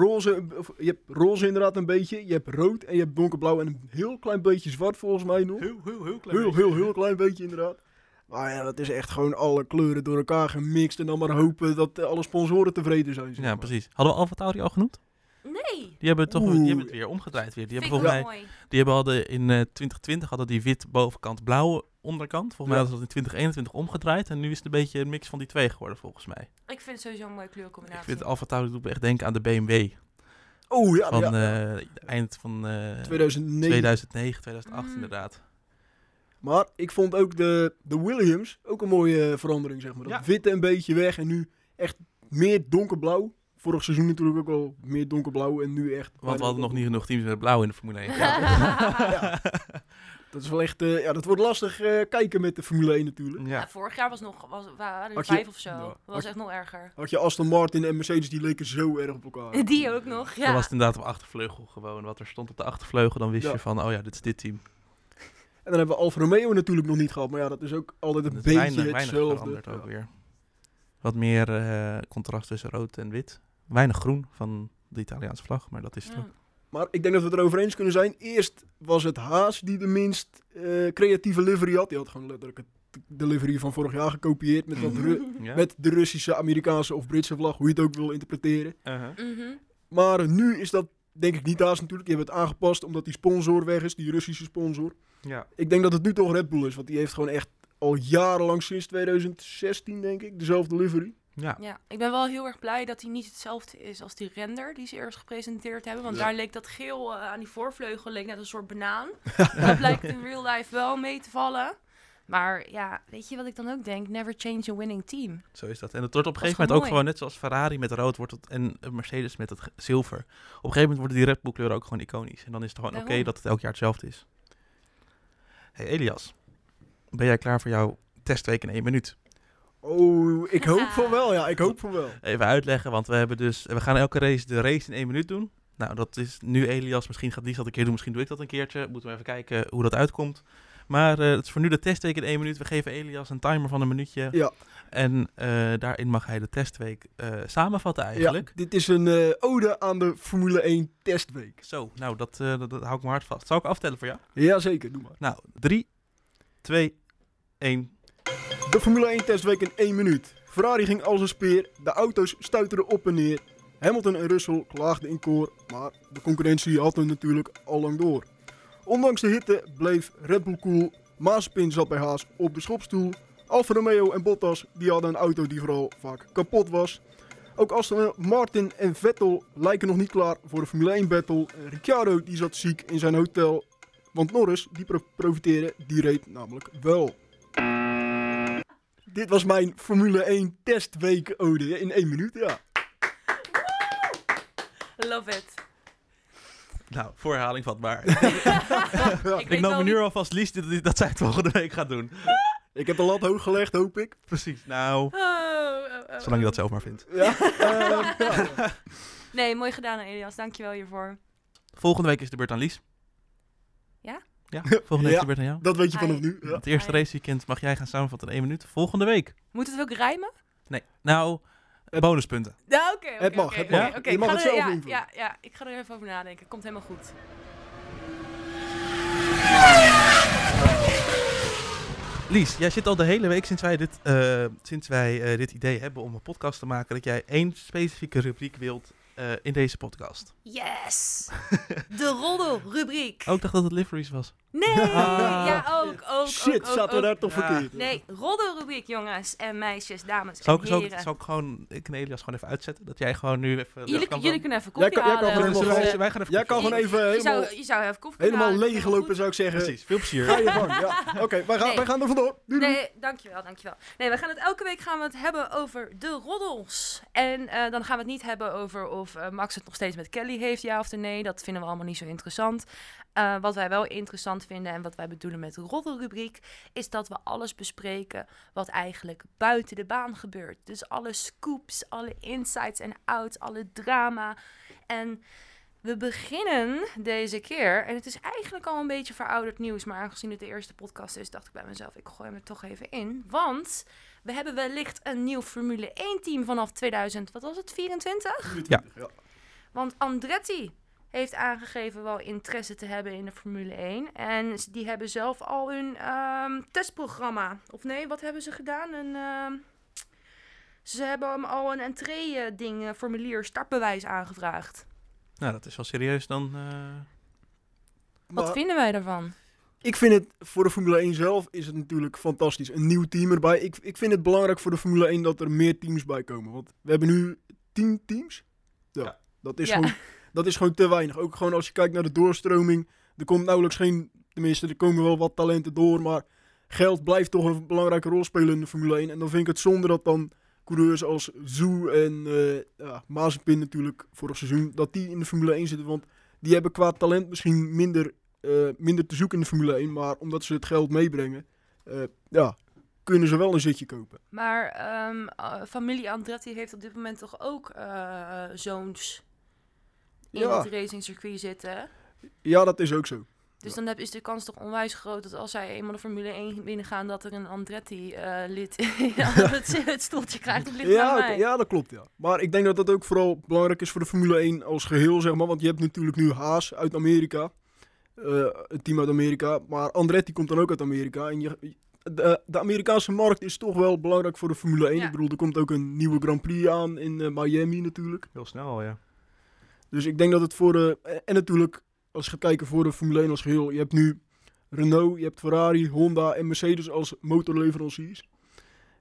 [SPEAKER 2] roze inderdaad een beetje. Je hebt rood en je hebt donkerblauw en een heel klein beetje zwart volgens mij nog.
[SPEAKER 1] Heel klein.
[SPEAKER 2] Heel klein beetje inderdaad. Maar ja, dat is echt gewoon alle kleuren door elkaar gemixt. En dan maar hopen dat alle sponsoren tevreden zijn. zeg
[SPEAKER 1] Ja,
[SPEAKER 2] maar.
[SPEAKER 1] precies. Hadden we AlphaTauri al genoemd?
[SPEAKER 3] Nee,
[SPEAKER 1] Die hebben het
[SPEAKER 2] Oeh.
[SPEAKER 1] het weer omgedraaid weer. Die
[SPEAKER 3] vind
[SPEAKER 1] hebben
[SPEAKER 3] ik
[SPEAKER 1] volgens
[SPEAKER 3] wel
[SPEAKER 1] mij,
[SPEAKER 3] mooi.
[SPEAKER 1] hadden in 2020 hadden die wit bovenkant, blauwe onderkant. Volgens mij
[SPEAKER 2] Ja.
[SPEAKER 1] was dat in 2021 omgedraaid. En nu is het een beetje een mix van die 2 geworden volgens mij.
[SPEAKER 3] Ik vind het sowieso een mooie kleurcombinatie.
[SPEAKER 1] Ik vind AlphaTauri doet me echt denken aan de BMW
[SPEAKER 2] Oh ja,
[SPEAKER 1] van
[SPEAKER 2] ja.
[SPEAKER 1] eind van
[SPEAKER 2] 2009.
[SPEAKER 1] 2009, 2008
[SPEAKER 3] Mm.
[SPEAKER 1] inderdaad.
[SPEAKER 2] Maar ik vond ook de Williams ook een mooie verandering, zeg maar. Dat
[SPEAKER 1] Ja.
[SPEAKER 2] witte een beetje weg en nu echt meer donkerblauw. Vorig seizoen natuurlijk ook al meer donkerblauw en nu echt...
[SPEAKER 1] Want we hadden nog niet genoeg teams met blauw in de Formule 1.
[SPEAKER 2] Ja. Dat is wel echt... dat wordt lastig kijken met de Formule 1 natuurlijk.
[SPEAKER 3] Ja, vorig jaar waren er
[SPEAKER 2] Had je-
[SPEAKER 3] 5 of zo.
[SPEAKER 2] Ja.
[SPEAKER 3] Dat was echt nog erger.
[SPEAKER 2] Had je Aston Martin en Mercedes, die leken zo erg op elkaar.
[SPEAKER 3] Die ook nog,
[SPEAKER 1] Dan
[SPEAKER 3] ja.
[SPEAKER 1] was het inderdaad op achtervleugel gewoon. Wat er stond op de achtervleugel, dan wist
[SPEAKER 2] Ja.
[SPEAKER 1] je van, oh ja, dit is dit team.
[SPEAKER 2] En dan hebben we Alfa Romeo natuurlijk nog niet gehad. Maar ja, dat is ook altijd een
[SPEAKER 1] Dat is
[SPEAKER 2] beetje
[SPEAKER 1] weinig
[SPEAKER 2] hetzelfde.
[SPEAKER 1] veranderd ook
[SPEAKER 2] Ja.
[SPEAKER 1] weer. Wat meer contrast tussen rood en wit. Weinig groen van de Italiaanse vlag, maar dat is het
[SPEAKER 3] Ja.
[SPEAKER 1] ook.
[SPEAKER 2] Maar ik denk dat we het erover eens kunnen zijn. Eerst was het Haas die de minst creatieve livery had. Die had gewoon letterlijk de livery van vorig jaar gekopieerd. Met,
[SPEAKER 1] Ja?
[SPEAKER 2] met de Russische, Amerikaanse of Britse vlag. Hoe je het ook wil interpreteren.
[SPEAKER 1] Uh-huh.
[SPEAKER 3] Mhm.
[SPEAKER 2] Maar nu is dat denk ik niet Haas natuurlijk. Die hebben het aangepast omdat die sponsor weg is. Die Russische sponsor.
[SPEAKER 1] Ja.
[SPEAKER 2] Ik denk dat het nu toch Red Bull is. Want die heeft gewoon echt al jarenlang sinds 2016 denk ik dezelfde livery.
[SPEAKER 1] Ja.
[SPEAKER 3] Ja, ik ben wel heel erg blij dat hij niet hetzelfde is als die render die ze eerst gepresenteerd hebben. Want
[SPEAKER 2] Ja.
[SPEAKER 3] daar leek dat geel aan die voorvleugel leek net een soort banaan. Dat blijkt in real life wel mee te vallen. Maar ja, weet je wat ik dan ook denk? Never change a winning team.
[SPEAKER 1] Zo is dat. En het wordt op een
[SPEAKER 3] Dat is
[SPEAKER 1] gegeven moment ook
[SPEAKER 3] mooi.
[SPEAKER 1] gewoon net zoals Ferrari met rood wordt het, en Mercedes met het zilver. Op een gegeven moment worden die Red Bull kleuren ook gewoon iconisch. En dan is het gewoon oké
[SPEAKER 3] Daarom.
[SPEAKER 1] dat het elk jaar hetzelfde is. Hey Elias, ben jij klaar voor jouw testweek in 1 minuut?
[SPEAKER 2] Oh, ik hoop van wel, ja. Ik hoop van wel.
[SPEAKER 1] Even uitleggen, want we gaan elke race de race in 1 minuut doen. Nou, dat is nu Elias. Misschien gaat Lies dat een keer doen, misschien doe ik dat een keertje. Moeten we even kijken hoe dat uitkomt. Maar het is voor nu de testweek in 1 minuut. We geven Elias een timer van 1 minuutje.
[SPEAKER 2] Ja.
[SPEAKER 1] En daarin mag hij de testweek samenvatten eigenlijk.
[SPEAKER 2] Ja, dit is een ode aan de Formule 1 testweek.
[SPEAKER 1] Zo, nou dat hou ik me hard vast. Zal ik aftellen voor jou?
[SPEAKER 2] Jazeker, doe maar.
[SPEAKER 1] Nou, 3, 2, 1.
[SPEAKER 2] De Formule 1 testweek in 1 minuut. Ferrari ging als een speer, de auto's stuiterden op en neer. Hamilton en Russell klaagden in koor, maar de concurrentie had hem natuurlijk al lang door. Ondanks de hitte bleef Red Bull cool, Mazepin zat bij Haas op de schopstoel. Alfa Romeo en Bottas die hadden een auto die vooral vaak kapot was. Ook Aston Martin en Vettel lijken nog niet klaar voor de Formule 1 battle. En Ricciardo die zat ziek in zijn hotel, want Norris die profiteerde, die reed namelijk wel. Dit was mijn Formule 1 testweek ode in 1 minuut, ja.
[SPEAKER 3] Love it.
[SPEAKER 1] Nou, voor herhaling vatbaar.
[SPEAKER 3] Ik
[SPEAKER 1] Ik
[SPEAKER 3] weet
[SPEAKER 1] nam
[SPEAKER 3] wel
[SPEAKER 1] me nu
[SPEAKER 3] wie-
[SPEAKER 1] alvast Lies dat zij het volgende week gaat doen.
[SPEAKER 2] Ik heb de lat hoog gelegd, hoop ik.
[SPEAKER 1] Precies, nou,
[SPEAKER 3] Oh.
[SPEAKER 1] zolang je dat zelf maar vindt.
[SPEAKER 2] Ja.
[SPEAKER 3] Nee, mooi gedaan Elias. Dankjewel hiervoor.
[SPEAKER 1] Volgende week is de beurt aan Lies.
[SPEAKER 3] Ja?
[SPEAKER 1] Ja, volgende week
[SPEAKER 2] Ja.
[SPEAKER 1] is de beurt aan jou.
[SPEAKER 2] Dat weet je vanaf
[SPEAKER 3] Ai.
[SPEAKER 2] nu. Ja.
[SPEAKER 1] Het eerste
[SPEAKER 3] Ai.
[SPEAKER 1] raceweekend mag jij gaan samenvatten in 1 minuut. Volgende week.
[SPEAKER 3] Moet het ook rijmen?
[SPEAKER 1] Nee, nou, bonuspunten.
[SPEAKER 3] Ja, oké.
[SPEAKER 2] Het mag, het mag.
[SPEAKER 3] Oké,
[SPEAKER 2] Je mag
[SPEAKER 3] ik
[SPEAKER 2] het
[SPEAKER 3] ga er-
[SPEAKER 2] zelf
[SPEAKER 3] ja,
[SPEAKER 2] invullen.
[SPEAKER 3] ja, ik ga er even over nadenken. Komt helemaal goed.
[SPEAKER 1] Lies, jij zit al de hele week sinds wij dit idee hebben om een podcast te maken, dat jij 1 specifieke rubriek wilt in deze podcast.
[SPEAKER 3] Yes! De roddelrubriek.
[SPEAKER 1] Oh, ik dacht dat het liveries was.
[SPEAKER 3] Nee!
[SPEAKER 1] Ah.
[SPEAKER 3] Ja, ook.
[SPEAKER 2] Shit, zaten we daar toch
[SPEAKER 1] Ja.
[SPEAKER 2] verkeerd?
[SPEAKER 3] Nee, roddelrubriek, jongens en meisjes, dames
[SPEAKER 1] Zou
[SPEAKER 3] en
[SPEAKER 1] ik,
[SPEAKER 3] heren.
[SPEAKER 1] zou ik gewoon, ik en Elias gewoon even uitzetten? Dat jij gewoon nu even...
[SPEAKER 3] Jullie kunnen even
[SPEAKER 2] Jij
[SPEAKER 3] koffie
[SPEAKER 2] kan- jij kan
[SPEAKER 3] halen.
[SPEAKER 2] gewoon
[SPEAKER 3] of,
[SPEAKER 2] helemaal-
[SPEAKER 1] wij gaan even
[SPEAKER 2] Jij kan gewoon even helemaal,
[SPEAKER 3] je zou even koffie
[SPEAKER 2] helemaal
[SPEAKER 3] halen.
[SPEAKER 2] leeglopen, zou ik zeggen.
[SPEAKER 1] Precies, veel plezier.
[SPEAKER 2] Ga je gang, ja. Oké, wij
[SPEAKER 3] Nee.
[SPEAKER 2] gaan er vandoor. Doei, doei.
[SPEAKER 3] Nee, dankjewel. Nee, elke week gaan we het hebben over de roddels. En dan gaan we het niet hebben over of Max het nog steeds met Kelly heeft, ja of nee. Dat vinden we allemaal niet zo interessant. Wat wij wel interessant vinden en wat wij bedoelen met de roddelrubriek, is dat we alles bespreken wat eigenlijk buiten de baan gebeurt. Dus alle scoops, alle insights en outs, alle drama. En we beginnen deze keer, en het is eigenlijk al een beetje verouderd nieuws, maar aangezien het de eerste podcast is, dacht ik bij mezelf, ik gooi hem er toch even in. Want we hebben wellicht een nieuw Formule 1-team vanaf 2024?
[SPEAKER 1] Ja.
[SPEAKER 3] Want Andretti heeft aangegeven wel interesse te hebben in de Formule 1. En die hebben zelf al hun testprogramma. Of nee, wat hebben ze gedaan? Ze hebben hem al een entree-ding, formulier, startbewijs aangevraagd.
[SPEAKER 1] Nou, dat is wel serieus dan...
[SPEAKER 3] Wat
[SPEAKER 2] Maar
[SPEAKER 3] vinden wij daarvan?
[SPEAKER 2] ik vind het, voor de Formule 1 zelf is het natuurlijk fantastisch. Een nieuw team erbij. Ik vind het belangrijk voor de Formule 1 dat er meer teams bij komen. Want we hebben nu 10 teams. Ja. Dat is gewoon te weinig. Ook gewoon als je kijkt naar de doorstroming. Er komt nauwelijks geen... Tenminste, er komen wel wat talenten door. Maar geld blijft toch een belangrijke rol spelen in de Formule 1. En dan vind ik het zonde dat dan coureurs als Zhou en Mazepin natuurlijk vorig seizoen, dat die in de Formule 1 zitten. Want die hebben qua talent misschien minder te zoeken in de Formule 1. Maar omdat ze het geld meebrengen, kunnen ze wel een zitje kopen.
[SPEAKER 3] Maar familie Andretti heeft op dit moment toch ook zoons in
[SPEAKER 2] Ja.
[SPEAKER 3] het racingcircuit zitten.
[SPEAKER 2] Ja, dat is ook zo.
[SPEAKER 3] Dus dan is de kans toch onwijs groot dat als zij eenmaal de Formule 1 binnengaan, dat er een Andretti-lid het stoeltje krijgt. Dat ligt
[SPEAKER 2] Ja,
[SPEAKER 3] aan
[SPEAKER 2] oké,
[SPEAKER 3] mij.
[SPEAKER 2] ja, dat klopt, ja. Maar ik denk dat dat ook vooral belangrijk is voor de Formule 1 als geheel, zeg maar. Want je hebt natuurlijk nu Haas uit Amerika. Een team uit Amerika. Maar Andretti komt dan ook uit Amerika. En de Amerikaanse markt is toch wel belangrijk voor de Formule 1.
[SPEAKER 3] Ja.
[SPEAKER 2] Ik bedoel, er komt ook een nieuwe Grand Prix aan in Miami natuurlijk.
[SPEAKER 1] Heel snel al, ja.
[SPEAKER 2] Dus ik denk dat het voor de... En natuurlijk, als je gaat kijken voor de Formule 1 als geheel. Je hebt nu Renault, je hebt Ferrari, Honda en Mercedes als motorleveranciers.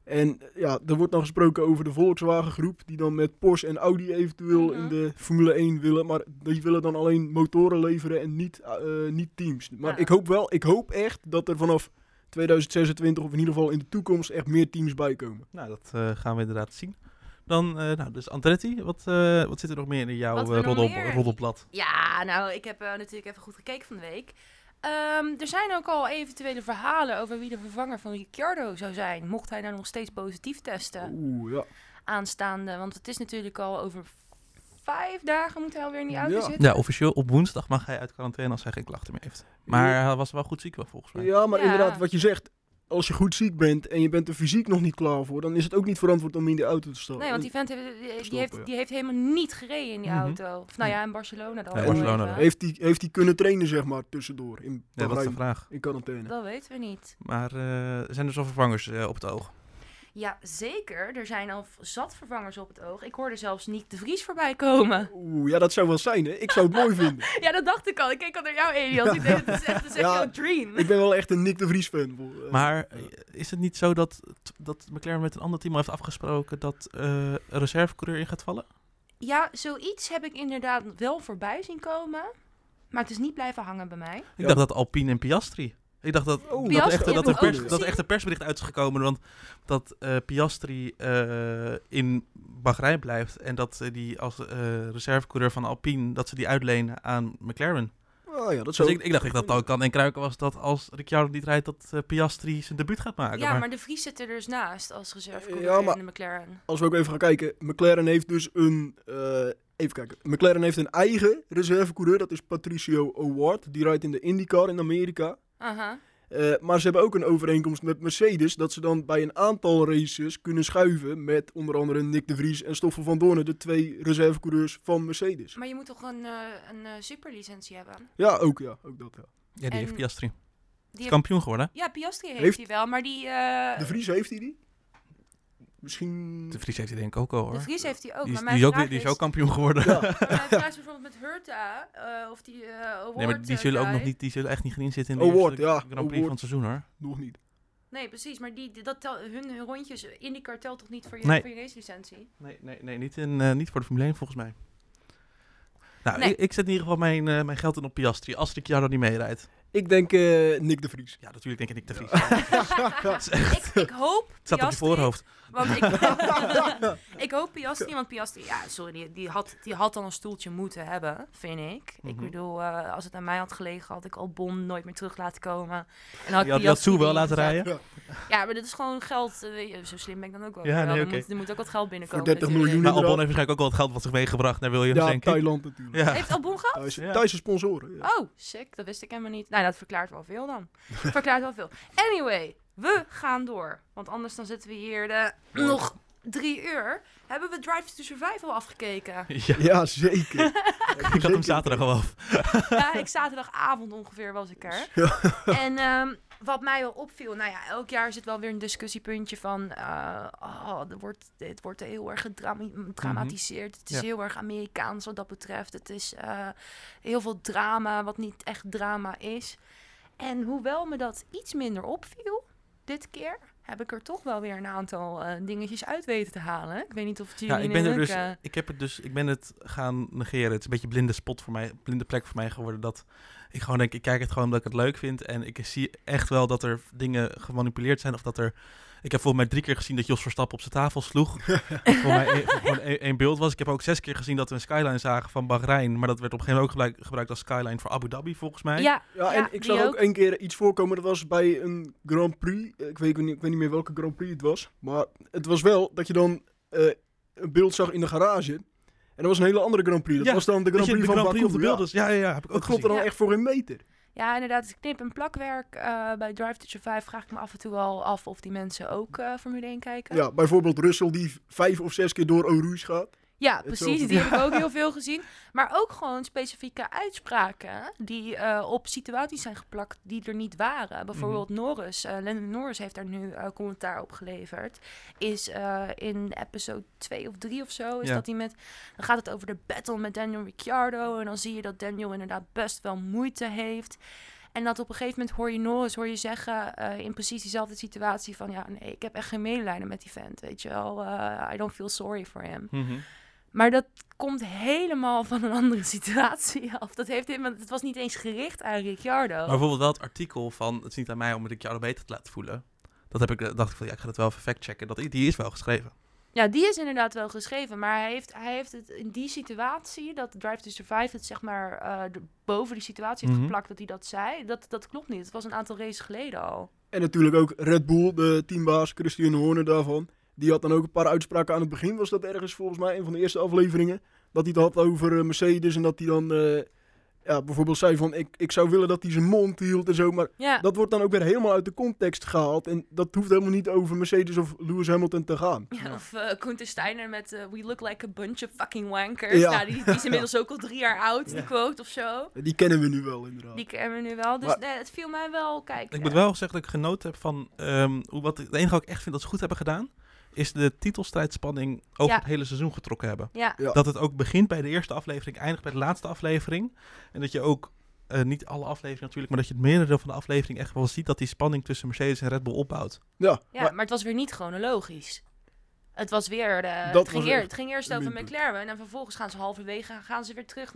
[SPEAKER 2] En ja, er wordt dan gesproken over de Volkswagen groep, die dan met Porsche en Audi eventueel in de Formule 1 willen. Maar die willen dan alleen motoren leveren en niet teams. Maar ik hoop echt dat er vanaf 2026 of in ieder geval in de toekomst echt meer teams bijkomen.
[SPEAKER 1] Nou, dat gaan we inderdaad zien. Dan, dus Andretti, wat zit er nog meer in jouw roddelblad?
[SPEAKER 3] Ja, nou, ik heb natuurlijk even goed gekeken van de week. Er zijn ook al eventuele verhalen over wie de vervanger van Ricciardo zou zijn. Mocht hij nou nog steeds positief testen.
[SPEAKER 2] Ja.
[SPEAKER 3] Aanstaande. Want het is natuurlijk al over 5 dagen moet hij alweer in die auto zitten.
[SPEAKER 1] Ja, officieel op woensdag mag hij uit quarantaine als hij geen klachten meer heeft. Maar hij was wel goed ziek volgens mij.
[SPEAKER 2] Ja, maar inderdaad, wat je zegt. Als je goed ziek bent en je bent er fysiek nog niet klaar voor, dan is het ook niet verantwoord om in die auto te stappen.
[SPEAKER 3] Nee, want die vent die heeft helemaal niet gereden in die auto. Of nou ja, in Barcelona dan.
[SPEAKER 1] Ja, Barcelona.
[SPEAKER 2] Heeft hij kunnen trainen, zeg maar, tussendoor?
[SPEAKER 1] Ja, dat is de vraag.
[SPEAKER 2] In quarantaine.
[SPEAKER 3] Dat weten we niet.
[SPEAKER 1] Maar zijn er zo vervangers op het oog?
[SPEAKER 3] Ja, zeker. Er zijn al zat vervangers op het oog. Ik hoorde zelfs Nick de Vries voorbij komen.
[SPEAKER 2] Ja, dat zou wel zijn, hè? Ik zou het mooi vinden.
[SPEAKER 3] Ja, dat dacht ik al. Ik keek al naar jou, Elias. Ik denk, dat is echt jouw dream.
[SPEAKER 2] Ik ben wel echt een Nick de Vries fan.
[SPEAKER 1] Maar is het niet zo dat McLaren met een ander team al heeft afgesproken dat een reservecoureur in gaat vallen?
[SPEAKER 3] Ja, zoiets heb ik inderdaad wel voorbij zien komen. Maar het is niet blijven hangen bij mij.
[SPEAKER 1] Ik dacht dat Alpine en Piastri... Ik dacht dat er echt een persbericht uit is gekomen, want dat Piastri in Bahrein blijft en dat die als reservecoureur van Alpine, dat ze die uitlenen aan McLaren.
[SPEAKER 2] Oh ja, dat
[SPEAKER 1] dus ik dacht echt dat het kan en kruiken was dat als Ricciardo niet rijdt, dat Piastri zijn debuut gaat maken.
[SPEAKER 3] Ja, maar de Vries zit er dus naast als reservecoureur in de McLaren.
[SPEAKER 2] Als we ook even gaan kijken, McLaren heeft dus McLaren heeft een eigen reservecoureur, dat is Patricio O'Ward. Die rijdt in de IndyCar in Amerika.
[SPEAKER 3] Aha.
[SPEAKER 2] Maar ze hebben ook een overeenkomst met Mercedes, dat ze dan bij een aantal races kunnen schuiven met onder andere Nick de Vries en Stoffel van Doornen, de 2 reservecoureurs van Mercedes.
[SPEAKER 3] Maar je moet toch een superlicentie hebben?
[SPEAKER 2] Ja, ook dat. Ja,
[SPEAKER 1] ja die heeft Piastri. Die is kampioen geworden.
[SPEAKER 3] Ja, Piastri heeft hij wel, maar die...
[SPEAKER 2] De Vries heeft hij die? Misschien...
[SPEAKER 1] De Vries heeft hij denk ik ook al, hoor.
[SPEAKER 3] De Vries heeft hij ook,
[SPEAKER 1] die is ook kampioen geworden.
[SPEAKER 3] Ja. Maar mijn vraag is bijvoorbeeld met Hurta, of die Award...
[SPEAKER 1] Nee, maar die zullen echt niet erin zitten in de
[SPEAKER 2] Award,
[SPEAKER 1] eerste Grand Prix van het seizoen, hoor.
[SPEAKER 2] Nog niet.
[SPEAKER 3] Nee, precies, maar hun rondjes, IndyCar telt toch niet voor je racelicentie?
[SPEAKER 1] Nee, niet voor de Formule 1 volgens mij. Nou, ik zet in ieder geval mijn geld in op Piastri, als Ricciardo niet meerijdt.
[SPEAKER 2] Ik denk Nick de Vries.
[SPEAKER 1] Ja, natuurlijk denk ik Nick de Vries.
[SPEAKER 3] Ik hoop Piastri.
[SPEAKER 1] Het staat op je voorhoofd.
[SPEAKER 3] Want ik hoop Piastri, want Piastri, ja, sorry, die had dan een stoeltje moeten hebben, vind ik. Ik bedoel, als het aan mij had gelegen, had ik Albon nooit meer terug laten komen. En had
[SPEAKER 1] je had Soe wel laten rijden?
[SPEAKER 3] Ja, maar dit is gewoon geld. Zo slim ben ik dan ook wel.
[SPEAKER 1] Ja, nee,
[SPEAKER 3] er moet ook wat geld binnenkomen.
[SPEAKER 2] Voor 30 miljoen.
[SPEAKER 1] Maar Albon heeft waarschijnlijk ook wel het geld wat zich meegebracht naar Williams, denk ik.
[SPEAKER 2] Ja, Thailand natuurlijk.
[SPEAKER 1] Ja.
[SPEAKER 3] Heeft Albon geld?
[SPEAKER 2] Thaise sponsoren. Ja.
[SPEAKER 3] Oh, sick. Dat wist ik helemaal niet. Nou, dat verklaart wel veel dan. Anyway, we gaan door. Want anders dan zitten we hier nog 3 uur. Hebben we Drive to Survive al afgekeken?
[SPEAKER 2] Ja, zeker.
[SPEAKER 1] Ik had hem zaterdag al af.
[SPEAKER 3] Ja, zaterdagavond ongeveer was ik er.
[SPEAKER 2] Ja.
[SPEAKER 3] En wat mij wel opviel, nou ja, elk jaar zit wel weer een discussiepuntje van... het wordt heel erg gedramatiseerd. Het is heel erg Amerikaans wat dat betreft. Het is heel veel drama, wat niet echt drama is. En hoewel me dat iets minder opviel, dit keer... heb ik er toch wel weer een aantal dingetjes uit weten te halen. Ik weet niet of het jullie...
[SPEAKER 1] ik ben het gaan negeren. Het is een beetje blinde plek voor mij geworden. Dat ik gewoon denk, ik kijk het gewoon omdat ik het leuk vind. En ik zie echt wel dat er dingen gemanipuleerd zijn. Of dat er... Ik heb volgens mij 3 keer gezien dat Jos Verstappen op zijn tafel sloeg. Voor mij gewoon één beeld was. Ik heb ook 6 keer gezien dat we een skyline zagen van Bahrein. Maar dat werd op een gegeven moment ook gebruikt als skyline voor Abu Dhabi, volgens mij.
[SPEAKER 2] Ja, en ik zag ook 1 keer iets voorkomen. Dat was bij een Grand Prix. Ik weet niet meer welke Grand Prix het was. Maar het was wel dat je dan een beeld zag in de garage. En dat was een hele andere Grand Prix. Dat was dan de Grand Prix van Baku.
[SPEAKER 1] Of de beelders. Ja, heb ik ook
[SPEAKER 2] dat klopt er dan echt voor een meter.
[SPEAKER 3] Ja, inderdaad. Het knip- en plakwerk bij Drive to Survive vraag ik me af en toe wel af of die mensen ook Formule 1 kijken.
[SPEAKER 2] Ja, bijvoorbeeld Russell die 5 of 6 keer door Eau Rouge gaat.
[SPEAKER 3] Ja, precies. Die heb ik ook heel veel gezien. Maar ook gewoon specifieke uitspraken die op situaties zijn geplakt die er niet waren. Bijvoorbeeld Norris. Lando Norris heeft daar nu commentaar op geleverd. Is in episode 2 of 3 of zo. Dat hij dan gaat het over de battle met Daniel Ricciardo. En dan zie je dat Daniel inderdaad best wel moeite heeft. En dat op een gegeven moment hoor je zeggen in precies diezelfde situatie van... ja, nee, ik heb echt geen medelijden met die vent, weet je wel. I don't feel sorry for him.
[SPEAKER 1] Mhm.
[SPEAKER 3] Maar dat komt helemaal van een andere situatie af. Het was niet eens gericht aan Ricciardo.
[SPEAKER 1] Maar bijvoorbeeld wel het artikel van... het is niet aan mij om Ricciardo beter te laten voelen. Dacht ik van, ja, ik ga het wel even factchecken. Die is wel geschreven.
[SPEAKER 3] Ja, die is inderdaad wel geschreven. Maar hij heeft het in die situatie... dat Drive to Survive het zeg maar boven die situatie heeft geplakt... dat hij dat zei. Dat klopt niet. Het was een aantal races geleden al.
[SPEAKER 2] En natuurlijk ook Red Bull, de teambaas Christian Horner daarvan. Die had dan ook een paar uitspraken aan het begin. Was dat ergens volgens mij een van de eerste afleveringen. Dat hij het had over Mercedes. En dat hij dan bijvoorbeeld zei van... Ik zou willen dat hij zijn mond hield en zo. Maar
[SPEAKER 3] Ja.
[SPEAKER 2] dat wordt dan ook weer helemaal uit de context gehaald. En dat hoeft helemaal niet over Mercedes of Lewis Hamilton te gaan.
[SPEAKER 3] Ja, of Gunther Steiner met We look like a bunch of fucking wankers.
[SPEAKER 2] Ja.
[SPEAKER 3] Nou, die is inmiddels ook al 3 jaar oud, die quote of zo.
[SPEAKER 2] Die kennen we nu wel inderdaad.
[SPEAKER 3] Die kennen we nu wel. Dus
[SPEAKER 2] Maar-
[SPEAKER 3] nee, het viel mij wel... Kijk,
[SPEAKER 1] Ik moet wel zeggen dat ik genoten heb van... het enige wat ik echt vind dat ze goed hebben gedaan... is de titelstrijdspanning over
[SPEAKER 3] Ja.
[SPEAKER 1] het hele seizoen getrokken hebben.
[SPEAKER 3] Ja,
[SPEAKER 2] Ja.
[SPEAKER 1] Dat het ook begint bij de eerste aflevering, eindigt bij de laatste aflevering. En dat je ook, niet alle afleveringen natuurlijk... maar dat je het merendeel van de aflevering echt wel ziet... dat die spanning tussen Mercedes en Red Bull opbouwt.
[SPEAKER 2] Ja,
[SPEAKER 3] ja,
[SPEAKER 2] maar
[SPEAKER 3] maar het was weer niet chronologisch. Het was weer...
[SPEAKER 2] Dat
[SPEAKER 3] het,
[SPEAKER 2] was
[SPEAKER 3] ging
[SPEAKER 2] echt
[SPEAKER 3] het ging eerst
[SPEAKER 2] een
[SPEAKER 3] over
[SPEAKER 2] minpunt.
[SPEAKER 3] McLaren. En vervolgens gaan ze halverwege weer terug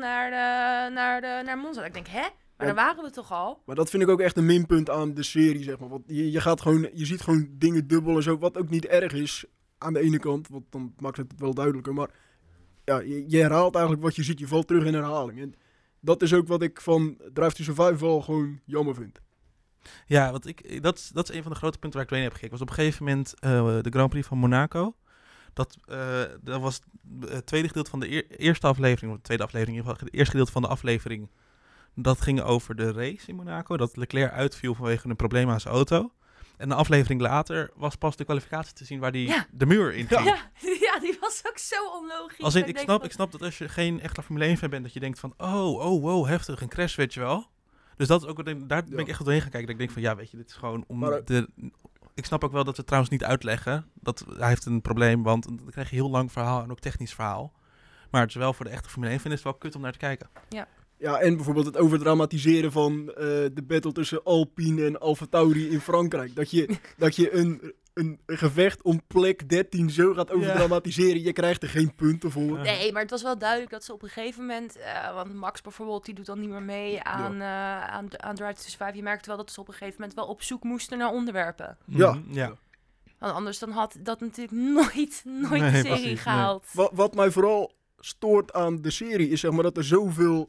[SPEAKER 3] naar Monza. Ik denk, hè? Maar
[SPEAKER 2] Ja.
[SPEAKER 3] daar waren we toch al?
[SPEAKER 2] Maar dat vind ik ook echt een minpunt aan de serie, zeg maar. Want je ziet gewoon dingen dubbel en zo, wat ook niet erg is aan de ene kant. Want dan maakt het wel duidelijker. Maar ja, je herhaalt eigenlijk wat je ziet. Je valt terug in herhaling. En dat is ook wat ik van Drive to Survive wel gewoon jammer vind.
[SPEAKER 1] Ja, want dat is een van de grote punten waar ik doorheen heb gekeken. Was op een gegeven moment de Grand Prix van Monaco. Dat was het tweede gedeelte van de eerste aflevering, of de tweede aflevering in ieder geval, het eerste gedeelte van de aflevering. Dat ging over de race in Monaco, dat Leclerc uitviel vanwege een probleem aan zijn auto. En een aflevering later was pas de kwalificatie te zien waar die
[SPEAKER 3] Ja.
[SPEAKER 1] de muur in ging.
[SPEAKER 3] Ja, die was ook zo onlogisch.
[SPEAKER 1] Als in,
[SPEAKER 3] Dat
[SPEAKER 1] ik
[SPEAKER 3] denk
[SPEAKER 1] snap,
[SPEAKER 3] van-
[SPEAKER 1] ik snap dat als je geen echte Formule 1 fan bent, dat je denkt van, wow, heftig, een crash, weet je wel. Dus dat is ook, daar ben ik echt doorheen gaan kijken. Dat ik denk van, ja, weet je, dit is gewoon om
[SPEAKER 2] Maar,
[SPEAKER 1] ik snap ook wel dat we het trouwens niet uitleggen. Dat hij heeft een probleem, want dan krijg je een heel lang verhaal en ook technisch verhaal. Maar het is wel voor de echte Formule 1 fan is het wel kut om naar te kijken.
[SPEAKER 2] Ja, en bijvoorbeeld het overdramatiseren van de battle tussen Alpine en AlphaTauri in Frankrijk. Dat je een gevecht om plek 13 zo gaat overdramatiseren. Je krijgt er geen punten voor.
[SPEAKER 3] Nee, maar het was wel duidelijk dat ze op een gegeven moment... want Max bijvoorbeeld, die doet dan niet meer mee aan Drive to Survive. Je merkte wel dat ze op een gegeven moment wel op zoek moesten naar onderwerpen.
[SPEAKER 2] Ja.
[SPEAKER 1] Ja.
[SPEAKER 3] Want anders dan had dat natuurlijk nooit
[SPEAKER 1] Nee,
[SPEAKER 3] de serie
[SPEAKER 1] precies, nee.
[SPEAKER 3] gehaald.
[SPEAKER 2] Wat mij vooral stoort aan de serie is zeg maar dat er zoveel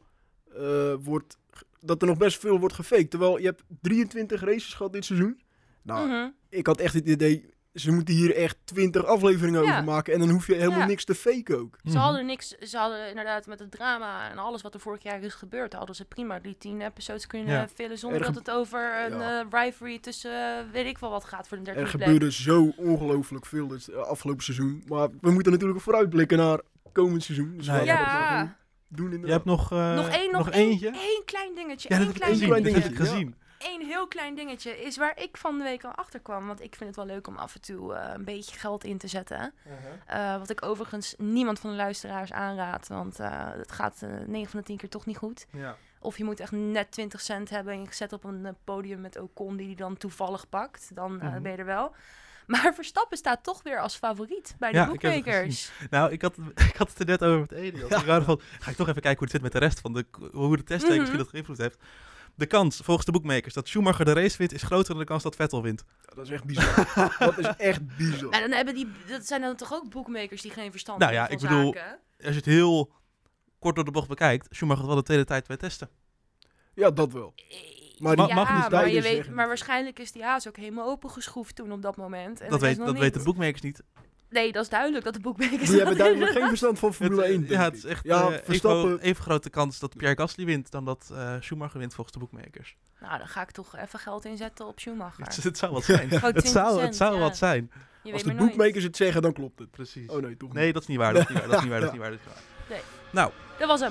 [SPEAKER 2] dat er nog best veel wordt gefaked. Terwijl je hebt 23 races gehad dit seizoen. Nou,
[SPEAKER 3] Mhm.
[SPEAKER 2] ik had echt het idee, ze moeten hier echt 20 afleveringen
[SPEAKER 3] Ja.
[SPEAKER 2] over maken. En dan hoef je helemaal
[SPEAKER 3] Ja.
[SPEAKER 2] niks te faken ook.
[SPEAKER 3] Ze hadden niks, ze hadden inderdaad met het drama en alles wat er vorig jaar is gebeurd, hadden ze prima die 10 episodes kunnen
[SPEAKER 1] Ja.
[SPEAKER 3] vullen zonder
[SPEAKER 2] Er
[SPEAKER 3] dat het over een
[SPEAKER 2] Ja.
[SPEAKER 3] rivalry tussen weet ik wel wat gaat voor de 13e
[SPEAKER 2] Er
[SPEAKER 3] plek.
[SPEAKER 2] gebeurde zo ongelooflijk veel dit afgelopen seizoen. Maar we moeten natuurlijk vooruitblikken naar komend seizoen. Dus
[SPEAKER 1] Nou,
[SPEAKER 2] laten we dat
[SPEAKER 3] ja.
[SPEAKER 2] maar gewoon doen
[SPEAKER 1] Je
[SPEAKER 2] inderdaad.
[SPEAKER 1] hebt
[SPEAKER 3] Nog
[SPEAKER 1] eentje?
[SPEAKER 3] één klein dingetje.
[SPEAKER 1] Ja, dat
[SPEAKER 3] één
[SPEAKER 1] heb ik
[SPEAKER 3] klein
[SPEAKER 1] gezien.
[SPEAKER 2] klein
[SPEAKER 1] Dat heb ik
[SPEAKER 2] dingetje,
[SPEAKER 1] gezien.
[SPEAKER 3] Eén heel klein dingetje is waar ik van de week al achter kwam. Want ik vind het wel leuk om af en toe een beetje geld in te zetten. Wat ik overigens niemand van de luisteraars aanraad. Want het gaat 9 van de 10 keer toch niet goed.
[SPEAKER 1] Ja.
[SPEAKER 3] Of je moet echt net 20 cent hebben en je zet op een podium met Ocon die dan toevallig pakt. Dan ben je er wel. Maar Verstappen staat toch weer als favoriet bij de
[SPEAKER 1] Ja, ik heb het
[SPEAKER 3] bookmakers.
[SPEAKER 1] Nou, ik had het er net over met Elias. Ik wou van, ga ik toch even kijken hoe het zit met de rest van hoe de testweek misschien dat geïnvloed heeft. De kans, volgens de bookmakers, dat Schumacher de race wint, is groter dan de kans dat Vettel wint.
[SPEAKER 2] Dat is echt bizar. Dat is echt bizar.
[SPEAKER 3] Nou, dan hebben dat zijn dan toch ook bookmakers die geen verstand
[SPEAKER 1] Nou ja,
[SPEAKER 3] hebben van
[SPEAKER 1] ik bedoel,
[SPEAKER 3] zaken?
[SPEAKER 1] Als je het heel kort door de bocht bekijkt, Schumacher had wel de tweede tijd bij testen.
[SPEAKER 2] Ja, dat wel. Maar
[SPEAKER 1] die-
[SPEAKER 3] ja,
[SPEAKER 1] mag niet
[SPEAKER 3] maar, je
[SPEAKER 2] tijdens
[SPEAKER 3] weet,
[SPEAKER 2] zeggen.
[SPEAKER 3] maar waarschijnlijk is die haas ook helemaal opengeschroefd toen op dat moment. En
[SPEAKER 1] Dat
[SPEAKER 3] is nog
[SPEAKER 1] weten
[SPEAKER 3] niet.
[SPEAKER 1] de bookmakers niet.
[SPEAKER 3] Nee, dat is duidelijk dat de bookmakers...
[SPEAKER 2] Die hebben duidelijk geen verstand van Formule 1. denk
[SPEAKER 1] Ja,
[SPEAKER 2] ik.
[SPEAKER 1] het is echt
[SPEAKER 2] Ja, Verstappen.
[SPEAKER 1] even grote kans dat Pierre Gasly wint dan dat Schumacher wint volgens de bookmakers.
[SPEAKER 3] Nou, dan ga ik toch even geld inzetten op Schumacher.
[SPEAKER 1] Het zou wat zijn.
[SPEAKER 3] Gewoon
[SPEAKER 1] Het
[SPEAKER 3] 20
[SPEAKER 1] zou
[SPEAKER 3] cent,
[SPEAKER 1] wat zijn.
[SPEAKER 3] Je
[SPEAKER 2] Als
[SPEAKER 3] weet
[SPEAKER 2] de
[SPEAKER 3] maar nooit.
[SPEAKER 2] bookmakers het zeggen, dan klopt het.
[SPEAKER 1] Precies.
[SPEAKER 2] Oh nee, toch
[SPEAKER 1] Nee, dat is niet waar. Dat is niet waar. Dat is niet waar. Dat is niet waar. Dat is niet waar.
[SPEAKER 3] Nee.
[SPEAKER 1] Nou,
[SPEAKER 3] Dat was hem.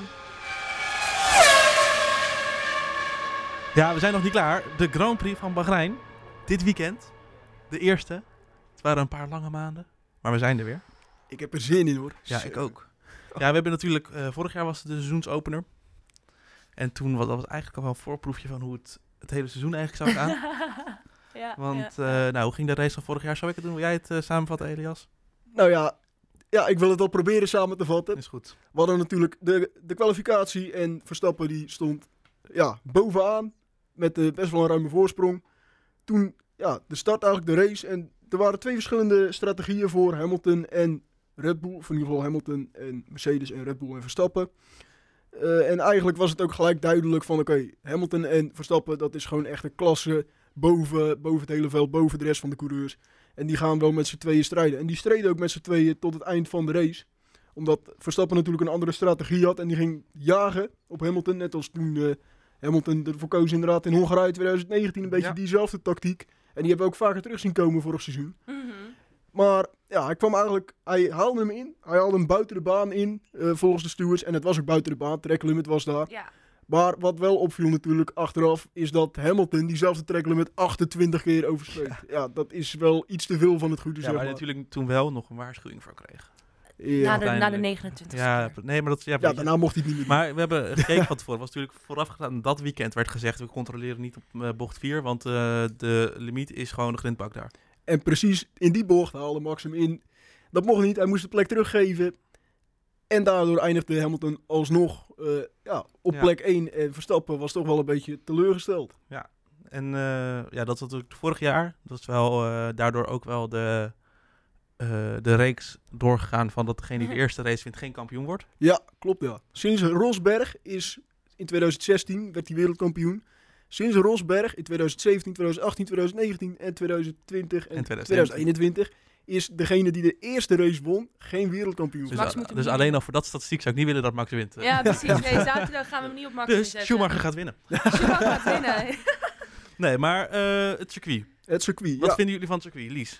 [SPEAKER 1] ja, we zijn nog niet klaar. De Grand Prix van Bahrein. Dit weekend. De eerste. Het waren een paar lange maanden. Maar we zijn er weer.
[SPEAKER 2] Ik heb er zin in hoor.
[SPEAKER 1] Ja,
[SPEAKER 2] Zo.
[SPEAKER 1] ik ook. Ja, we hebben natuurlijk... vorig jaar was het de seizoensopener. En toen was dat eigenlijk al wel een voorproefje van hoe het het hele seizoen eigenlijk zou gaan. Want hoe ging de race van vorig jaar? Zou ik het doen? Wil jij het samenvatten, Elias?
[SPEAKER 2] Nou ja, ik wil het wel proberen samen te vatten.
[SPEAKER 1] Is goed.
[SPEAKER 2] We hadden natuurlijk de kwalificatie en Verstappen die stond bovenaan met best wel een ruime voorsprong. Toen de start eigenlijk de race en er waren 2 verschillende strategieën voor Hamilton en Red Bull. Of in ieder geval Hamilton en Mercedes en Red Bull en Verstappen. En eigenlijk was het ook gelijk duidelijk van oké, Hamilton en Verstappen, dat is gewoon echt een klasse boven het hele veld, boven de rest van de coureurs. En die gaan wel met z'n tweeën strijden. En die streden ook met z'n tweeën tot het eind van de race. Omdat Verstappen natuurlijk een andere strategie had en die ging jagen op Hamilton. Net als toen Hamilton ervoor koos inderdaad in Hongarije 2019 een beetje diezelfde tactiek. En die hebben we ook vaker terug zien komen vorig seizoen.
[SPEAKER 3] Mhm.
[SPEAKER 2] Maar hij haalde hem in. Hij haalde hem buiten de baan in, volgens de stewards. En het was ook buiten de baan, tracklimit was daar.
[SPEAKER 3] Ja.
[SPEAKER 2] Maar wat wel opviel natuurlijk achteraf, is dat Hamilton diezelfde tracklimit 28 keer overschreed. Ja, dat is wel iets te veel van het goede,
[SPEAKER 1] Ja,
[SPEAKER 2] zeg
[SPEAKER 1] waar
[SPEAKER 2] maar.
[SPEAKER 1] je natuurlijk toen wel nog een waarschuwing voor kreeg.
[SPEAKER 2] Ja,
[SPEAKER 3] Na de 29
[SPEAKER 1] Ja, nee, maar dat... Ja,
[SPEAKER 2] daarna mocht hij het niet meer doen.
[SPEAKER 1] Maar we hebben gekeken van tevoren. Was natuurlijk voorafgegaan dat weekend werd gezegd, we controleren niet op bocht 4, want de limiet is gewoon de grindbak daar.
[SPEAKER 2] En precies in die bocht haalde Max hem in. Dat mocht niet, hij moest de plek teruggeven. En daardoor eindigde Hamilton alsnog op plek 1. En Verstappen was toch wel een beetje teleurgesteld.
[SPEAKER 1] En dat was natuurlijk vorig jaar. Dat was wel daardoor ook wel de reeks doorgegaan van dat degene die de eerste race wint geen kampioen wordt.
[SPEAKER 2] Ja, klopt ja. Sinds Rosberg is in 2016 werd hij wereldkampioen. Sinds Rosberg in 2017, 2018, 2019 en 2020 en 2021 is degene die de eerste race won geen wereldkampioen.
[SPEAKER 1] Dus alleen al voor dat statistiek zou ik niet willen dat Max wint.
[SPEAKER 3] Ja, precies. Nee, zaterdag gaan we hem niet op Max
[SPEAKER 1] Dus
[SPEAKER 3] inzetten.
[SPEAKER 1] Schumacher gaat winnen.
[SPEAKER 3] Schumacher gaat winnen.
[SPEAKER 1] Nee, maar het circuit.
[SPEAKER 2] Het circuit,
[SPEAKER 1] Wat vinden jullie van het circuit, Lies?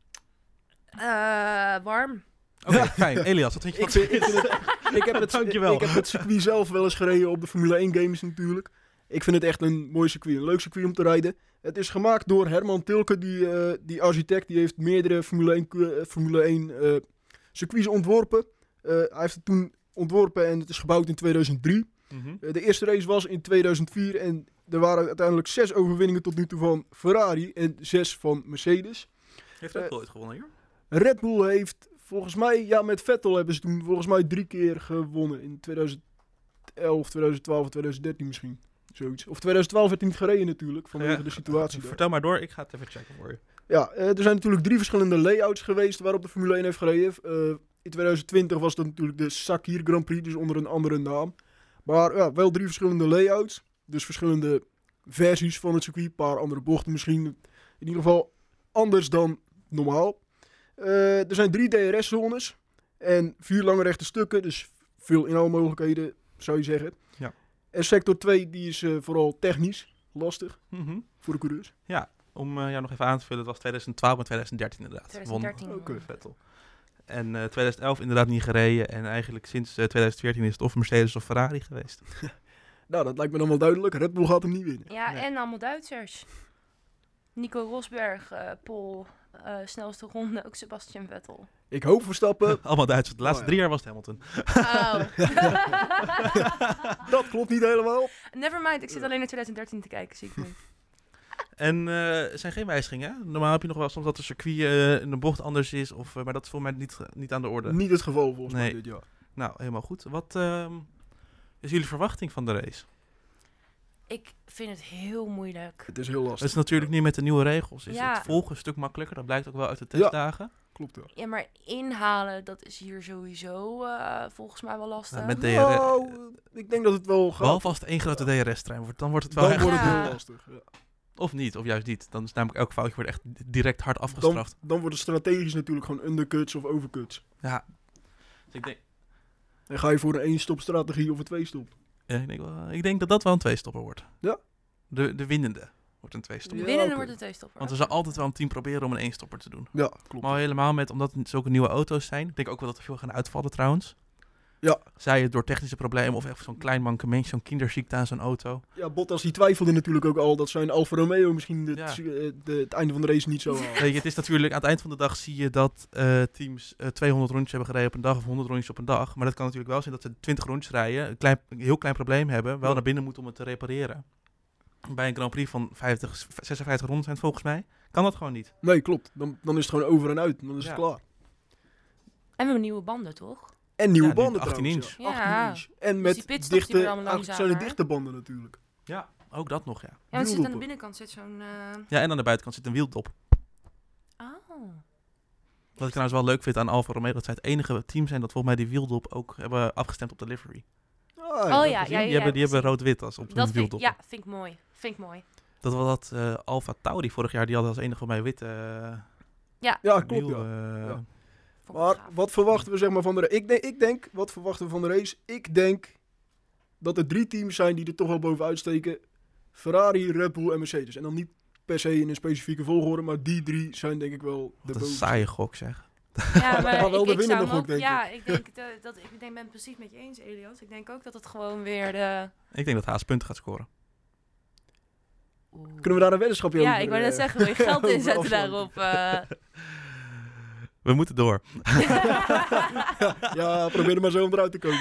[SPEAKER 3] Warm.
[SPEAKER 1] Oké, fijn. Elias, wat vind je van het circuit? Dankjewel.
[SPEAKER 2] Ik heb het circuit zelf wel eens gereden op de Formule 1 games natuurlijk. Ik vind het echt een mooi circuit, een leuk circuit om te rijden. Het is gemaakt door Herman Tilke, die architect, die heeft meerdere Formule 1 circuits ontworpen. Hij heeft het toen ontworpen en het is gebouwd in 2003. De eerste race was in 2004 en er waren uiteindelijk 6 overwinningen tot nu toe van Ferrari en 6 van Mercedes.
[SPEAKER 1] Heeft Red Bull ooit gewonnen hier?
[SPEAKER 2] Red Bull heeft volgens mij, met Vettel hebben ze toen volgens mij 3 keer gewonnen. In 2011, 2012 en 2013 misschien. Zoiets. Of 2012 werd hij niet gereden natuurlijk, vanwege de situatie daar.
[SPEAKER 1] Vertel maar door, ik ga het even checken voor je.
[SPEAKER 2] Ja, er zijn natuurlijk 3 verschillende layouts geweest waarop de Formule 1 heeft gereden. In 2020 was dat natuurlijk de Sakir Grand Prix, dus onder een andere naam. Maar wel 3 verschillende layouts. Dus verschillende versies van het circuit, een paar andere bochten misschien. In ieder geval anders dan normaal. Er zijn 3 DRS-zones en 4 lange rechte stukken, dus veel inhaalmogelijkheden zou je zeggen.
[SPEAKER 1] Ja.
[SPEAKER 2] En sector 2 die is vooral technisch lastig voor de coureurs.
[SPEAKER 1] Ja, om jou nog even aan te vullen, het was 2012 en 2013 inderdaad.
[SPEAKER 3] 2013.
[SPEAKER 1] Won Vettel. En 2011 inderdaad niet gereden en eigenlijk sinds 2014 is het of Mercedes of Ferrari geweest.
[SPEAKER 2] Nou, dat lijkt me dan wel duidelijk. Red Bull gaat hem niet winnen.
[SPEAKER 3] Ja,
[SPEAKER 1] Nee.
[SPEAKER 3] en allemaal Duitsers. Nico Rosberg, Pol, snelste ronde, ook Sebastian Vettel.
[SPEAKER 2] Ik hoop Verstappen.
[SPEAKER 1] Allemaal Duitsers. De laatste
[SPEAKER 2] Oh,
[SPEAKER 1] 3 jaar was het Hamilton.
[SPEAKER 3] Oh.
[SPEAKER 2] Dat klopt niet helemaal.
[SPEAKER 3] Never mind, ik zit alleen naar 2013 te kijken, zie ik nu.
[SPEAKER 1] En er zijn geen wijzigingen. Hè? Normaal heb je nog wel soms dat de circuit in de bocht anders is. Maar dat is voor mij niet aan de orde.
[SPEAKER 2] Niet het geval volgens mij
[SPEAKER 1] Nee.
[SPEAKER 2] dit jaar.
[SPEAKER 1] Nou, helemaal goed. Wat is jullie verwachting van de race?
[SPEAKER 3] Ik vind het heel moeilijk.
[SPEAKER 2] Het is heel
[SPEAKER 1] Het
[SPEAKER 2] lastig.
[SPEAKER 1] is natuurlijk nu met de nieuwe regels. Is
[SPEAKER 3] Ja.
[SPEAKER 1] het volgen een stuk makkelijker. Dat blijkt ook wel uit de testdagen.
[SPEAKER 2] Klopt ja.
[SPEAKER 3] Ja, maar inhalen, dat is hier sowieso volgens mij wel lastig.
[SPEAKER 1] Nou, met DRS.
[SPEAKER 2] Nou, ik denk dat het wel gaat.
[SPEAKER 1] Behalve als het één grote DRS-trein wordt. Dan wordt het wel
[SPEAKER 2] Dan
[SPEAKER 1] echt...
[SPEAKER 2] wordt het
[SPEAKER 3] Ja.
[SPEAKER 2] heel lastig. Ja.
[SPEAKER 1] Of niet, of juist niet. Dan is namelijk elk foutje wordt echt direct hard afgestraft.
[SPEAKER 2] Dan wordt het strategisch natuurlijk gewoon undercuts of overcuts.
[SPEAKER 1] Ja. Dus ik denk...
[SPEAKER 2] En ga je voor een 1-stop strategie of een 2-stop?
[SPEAKER 1] Ik denk dat dat wel een tweestopper wordt.
[SPEAKER 2] Ja.
[SPEAKER 1] De winnende wordt een tweestopper.
[SPEAKER 2] Ja,
[SPEAKER 3] Winnende
[SPEAKER 2] oké.
[SPEAKER 3] wordt een tweestopper.
[SPEAKER 1] Want er zal altijd wel een team proberen om een éénstopper te doen.
[SPEAKER 2] Ja, klopt.
[SPEAKER 1] Maar helemaal omdat het zulke nieuwe auto's zijn. Ik denk ook wel dat er veel gaan uitvallen trouwens.
[SPEAKER 2] Ja.
[SPEAKER 1] Zij het door technische problemen of echt zo'n klein mankementje, zo'n kinderziekte aan zo'n auto.
[SPEAKER 2] Ja, Bottas die twijfelde natuurlijk ook al dat zijn Alfa Romeo misschien
[SPEAKER 1] Ja.
[SPEAKER 2] het einde van de race niet zo halen.
[SPEAKER 1] Weet je, het is natuurlijk aan het eind van de dag zie je dat teams 200 rondjes hebben gereden op een dag of 100 rondjes op een dag. Maar dat kan natuurlijk wel zijn dat ze 20 rondjes rijden, een heel klein probleem hebben, wel
[SPEAKER 2] Ja.
[SPEAKER 1] naar binnen moeten om het te repareren. bij een Grand Prix van 56 ronden zijn volgens mij, kan dat gewoon niet.
[SPEAKER 2] Nee, klopt. Dan is het gewoon over en uit. Dan is het klaar.
[SPEAKER 3] En we hebben nieuwe banden, toch?
[SPEAKER 2] En nieuwe
[SPEAKER 1] Ja, nu
[SPEAKER 2] banden
[SPEAKER 1] 18
[SPEAKER 2] trouwens.
[SPEAKER 3] inch.
[SPEAKER 2] Ja, 18 inch. En
[SPEAKER 3] Dus
[SPEAKER 2] met
[SPEAKER 3] die pitstops die worden allemaal
[SPEAKER 2] eigenlijk zijn het
[SPEAKER 3] langzamer.
[SPEAKER 2] dichte banden natuurlijk.
[SPEAKER 1] Ja, ook dat nog, ja.
[SPEAKER 3] Ja, want zit aan de
[SPEAKER 2] Wieldoppen.
[SPEAKER 3] binnenkant zit zo'n...
[SPEAKER 1] Ja, en aan de buitenkant zit een wieldop.
[SPEAKER 3] Oh.
[SPEAKER 1] Wat ik trouwens wel leuk vind aan Alfa Romeo, dat zij het enige team zijn dat volgens mij die wieldop ook hebben afgestemd op de livery.
[SPEAKER 3] Oh ja,
[SPEAKER 1] Die hebben rood-wit als op hun wieldop.
[SPEAKER 3] Vind ik mooi.
[SPEAKER 1] Dat was dat Alfa Tauri vorig jaar, die hadden als enige van mij witte
[SPEAKER 2] Ja, klopt,
[SPEAKER 1] wiel,
[SPEAKER 2] ja.
[SPEAKER 3] Vond ik
[SPEAKER 2] Maar
[SPEAKER 3] gaaf.
[SPEAKER 2] wat verwachten we zeg maar van de race? Ik denk, wat verwachten we van de race? Ik denk dat er 3 teams zijn die er toch wel bovenuit steken. Ferrari, Red Bull en Mercedes. En dan niet per se in een specifieke volgorde, maar die 3 zijn denk ik wel de
[SPEAKER 1] Wat een
[SPEAKER 2] bovenste.
[SPEAKER 1] saaie gok zeg.
[SPEAKER 3] Ja, maar
[SPEAKER 2] Maar wel de
[SPEAKER 3] ik zou
[SPEAKER 2] winnende
[SPEAKER 3] hem
[SPEAKER 2] gok,
[SPEAKER 3] ook...
[SPEAKER 2] denk
[SPEAKER 3] Ja, ik ben precies met je eens, Elias. Ik denk ook dat het gewoon weer de...
[SPEAKER 1] Ik denk dat Haas punten gaat scoren.
[SPEAKER 2] Kunnen we daar een weddenschapje over?
[SPEAKER 3] Ja, ik wou net zeggen, wil je geld
[SPEAKER 2] over
[SPEAKER 3] inzetten
[SPEAKER 2] afsluiten?
[SPEAKER 3] daarop?
[SPEAKER 1] We moeten door.
[SPEAKER 2] Ja, probeer er maar zo om eruit te komen.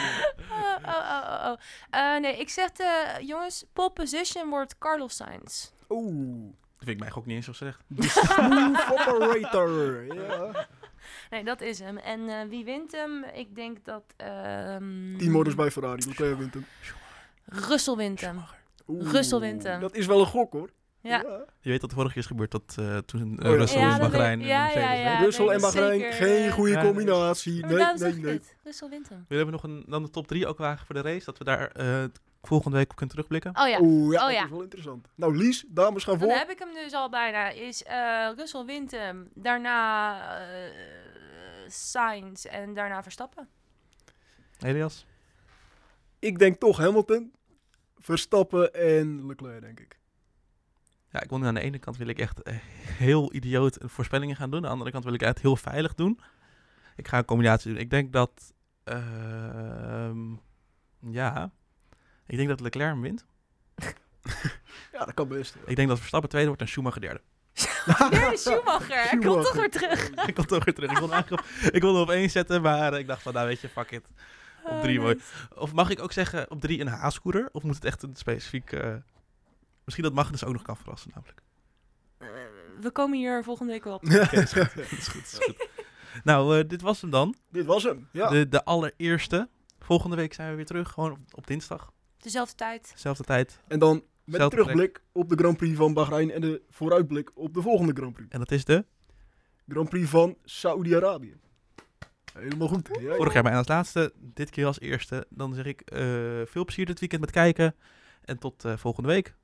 [SPEAKER 3] Nee, ik zeg, jongens, pole position wordt Carlos Sainz.
[SPEAKER 2] Oeh.
[SPEAKER 1] Dat vind ik mij ook niet eens zo slecht.
[SPEAKER 2] De smooth operator. Ja.
[SPEAKER 3] Nee, dat is hem. En wie wint hem? Ik denk dat...
[SPEAKER 2] Teamorders bij Ferrari. Leclerc wint hem.
[SPEAKER 3] Russell wint hem.
[SPEAKER 2] Oeh,
[SPEAKER 3] Russell wint hem.
[SPEAKER 2] Dat is wel een gok hoor.
[SPEAKER 3] Ja.
[SPEAKER 1] Je weet dat de vorige keer is gebeurd dat toen
[SPEAKER 2] Oh ja.
[SPEAKER 1] Russell
[SPEAKER 3] Ja,
[SPEAKER 1] in
[SPEAKER 3] dat
[SPEAKER 1] Bahrein...
[SPEAKER 3] weet- ja,
[SPEAKER 1] en Mercedes
[SPEAKER 3] ja, ja.
[SPEAKER 1] reed.
[SPEAKER 2] Russell
[SPEAKER 3] nee,
[SPEAKER 2] en
[SPEAKER 3] dat is
[SPEAKER 2] Bahrein,
[SPEAKER 3] zeker,
[SPEAKER 2] geen goede
[SPEAKER 1] ja,
[SPEAKER 2] combinatie.
[SPEAKER 3] Maar
[SPEAKER 2] Nee,
[SPEAKER 3] daarom
[SPEAKER 2] nee,
[SPEAKER 3] zeg ik
[SPEAKER 2] nee.
[SPEAKER 3] het. Russell wint hem.
[SPEAKER 1] Willen we nog dan de top 3 ook wagen voor de race? Dat we daar volgende week op kunnen terugblikken?
[SPEAKER 3] Oh ja.
[SPEAKER 2] Oeh, ja,
[SPEAKER 3] Oh
[SPEAKER 2] dat
[SPEAKER 3] ja.
[SPEAKER 2] is wel interessant. Nou, Lies, dames gaan
[SPEAKER 3] Dan
[SPEAKER 2] voor.
[SPEAKER 3] heb ik hem dus al bijna. Is Russell wint hem. Daarna Sainz. En daarna Verstappen.
[SPEAKER 1] Elias?
[SPEAKER 2] Ik denk toch Hamilton, Verstappen en Leclerc, denk ik.
[SPEAKER 1] Ja, ik wil nu aan de ene kant wil ik echt heel idioot voorspellingen gaan doen. Aan de andere kant wil ik echt heel veilig doen. Ik ga een combinatie doen. Ik denk dat... ik denk dat Leclerc hem wint.
[SPEAKER 2] Ja, dat kan best.
[SPEAKER 1] Ik denk dat Verstappen tweede wordt en Schumacher derde.
[SPEAKER 3] Nee, Schumacher. Hij komt toch weer terug.
[SPEAKER 1] Ik kom toch weer terug. Ik wilde op 1 zetten, maar ik dacht van, nou weet je, fuck it. Op 3 mooi. Of mag ik ook zeggen op 3 een Haas-scooter? Of moet het echt een specifiek... Misschien dat Magnus ook nog kan verrassen, namelijk.
[SPEAKER 3] We komen hier volgende week wel op.
[SPEAKER 1] Oké, is goed. Dat is goed. Nou, dit was hem dan.
[SPEAKER 2] Dit was hem. Ja.
[SPEAKER 1] De allereerste. Volgende week zijn we weer terug. Gewoon op dinsdag.
[SPEAKER 3] Dezelfde tijd.
[SPEAKER 1] Zelfde tijd.
[SPEAKER 2] En dan met een
[SPEAKER 1] Zelfde
[SPEAKER 2] terugblik op de Grand Prix van Bahrein en de vooruitblik op de volgende Grand Prix.
[SPEAKER 1] En dat is de...
[SPEAKER 2] Grand Prix van Saoedi-Arabië. Helemaal goed. Ja,
[SPEAKER 1] Vorig jaar bijna als laatste. Dit keer als eerste. Dan zeg ik veel plezier dit weekend met kijken. En tot volgende week.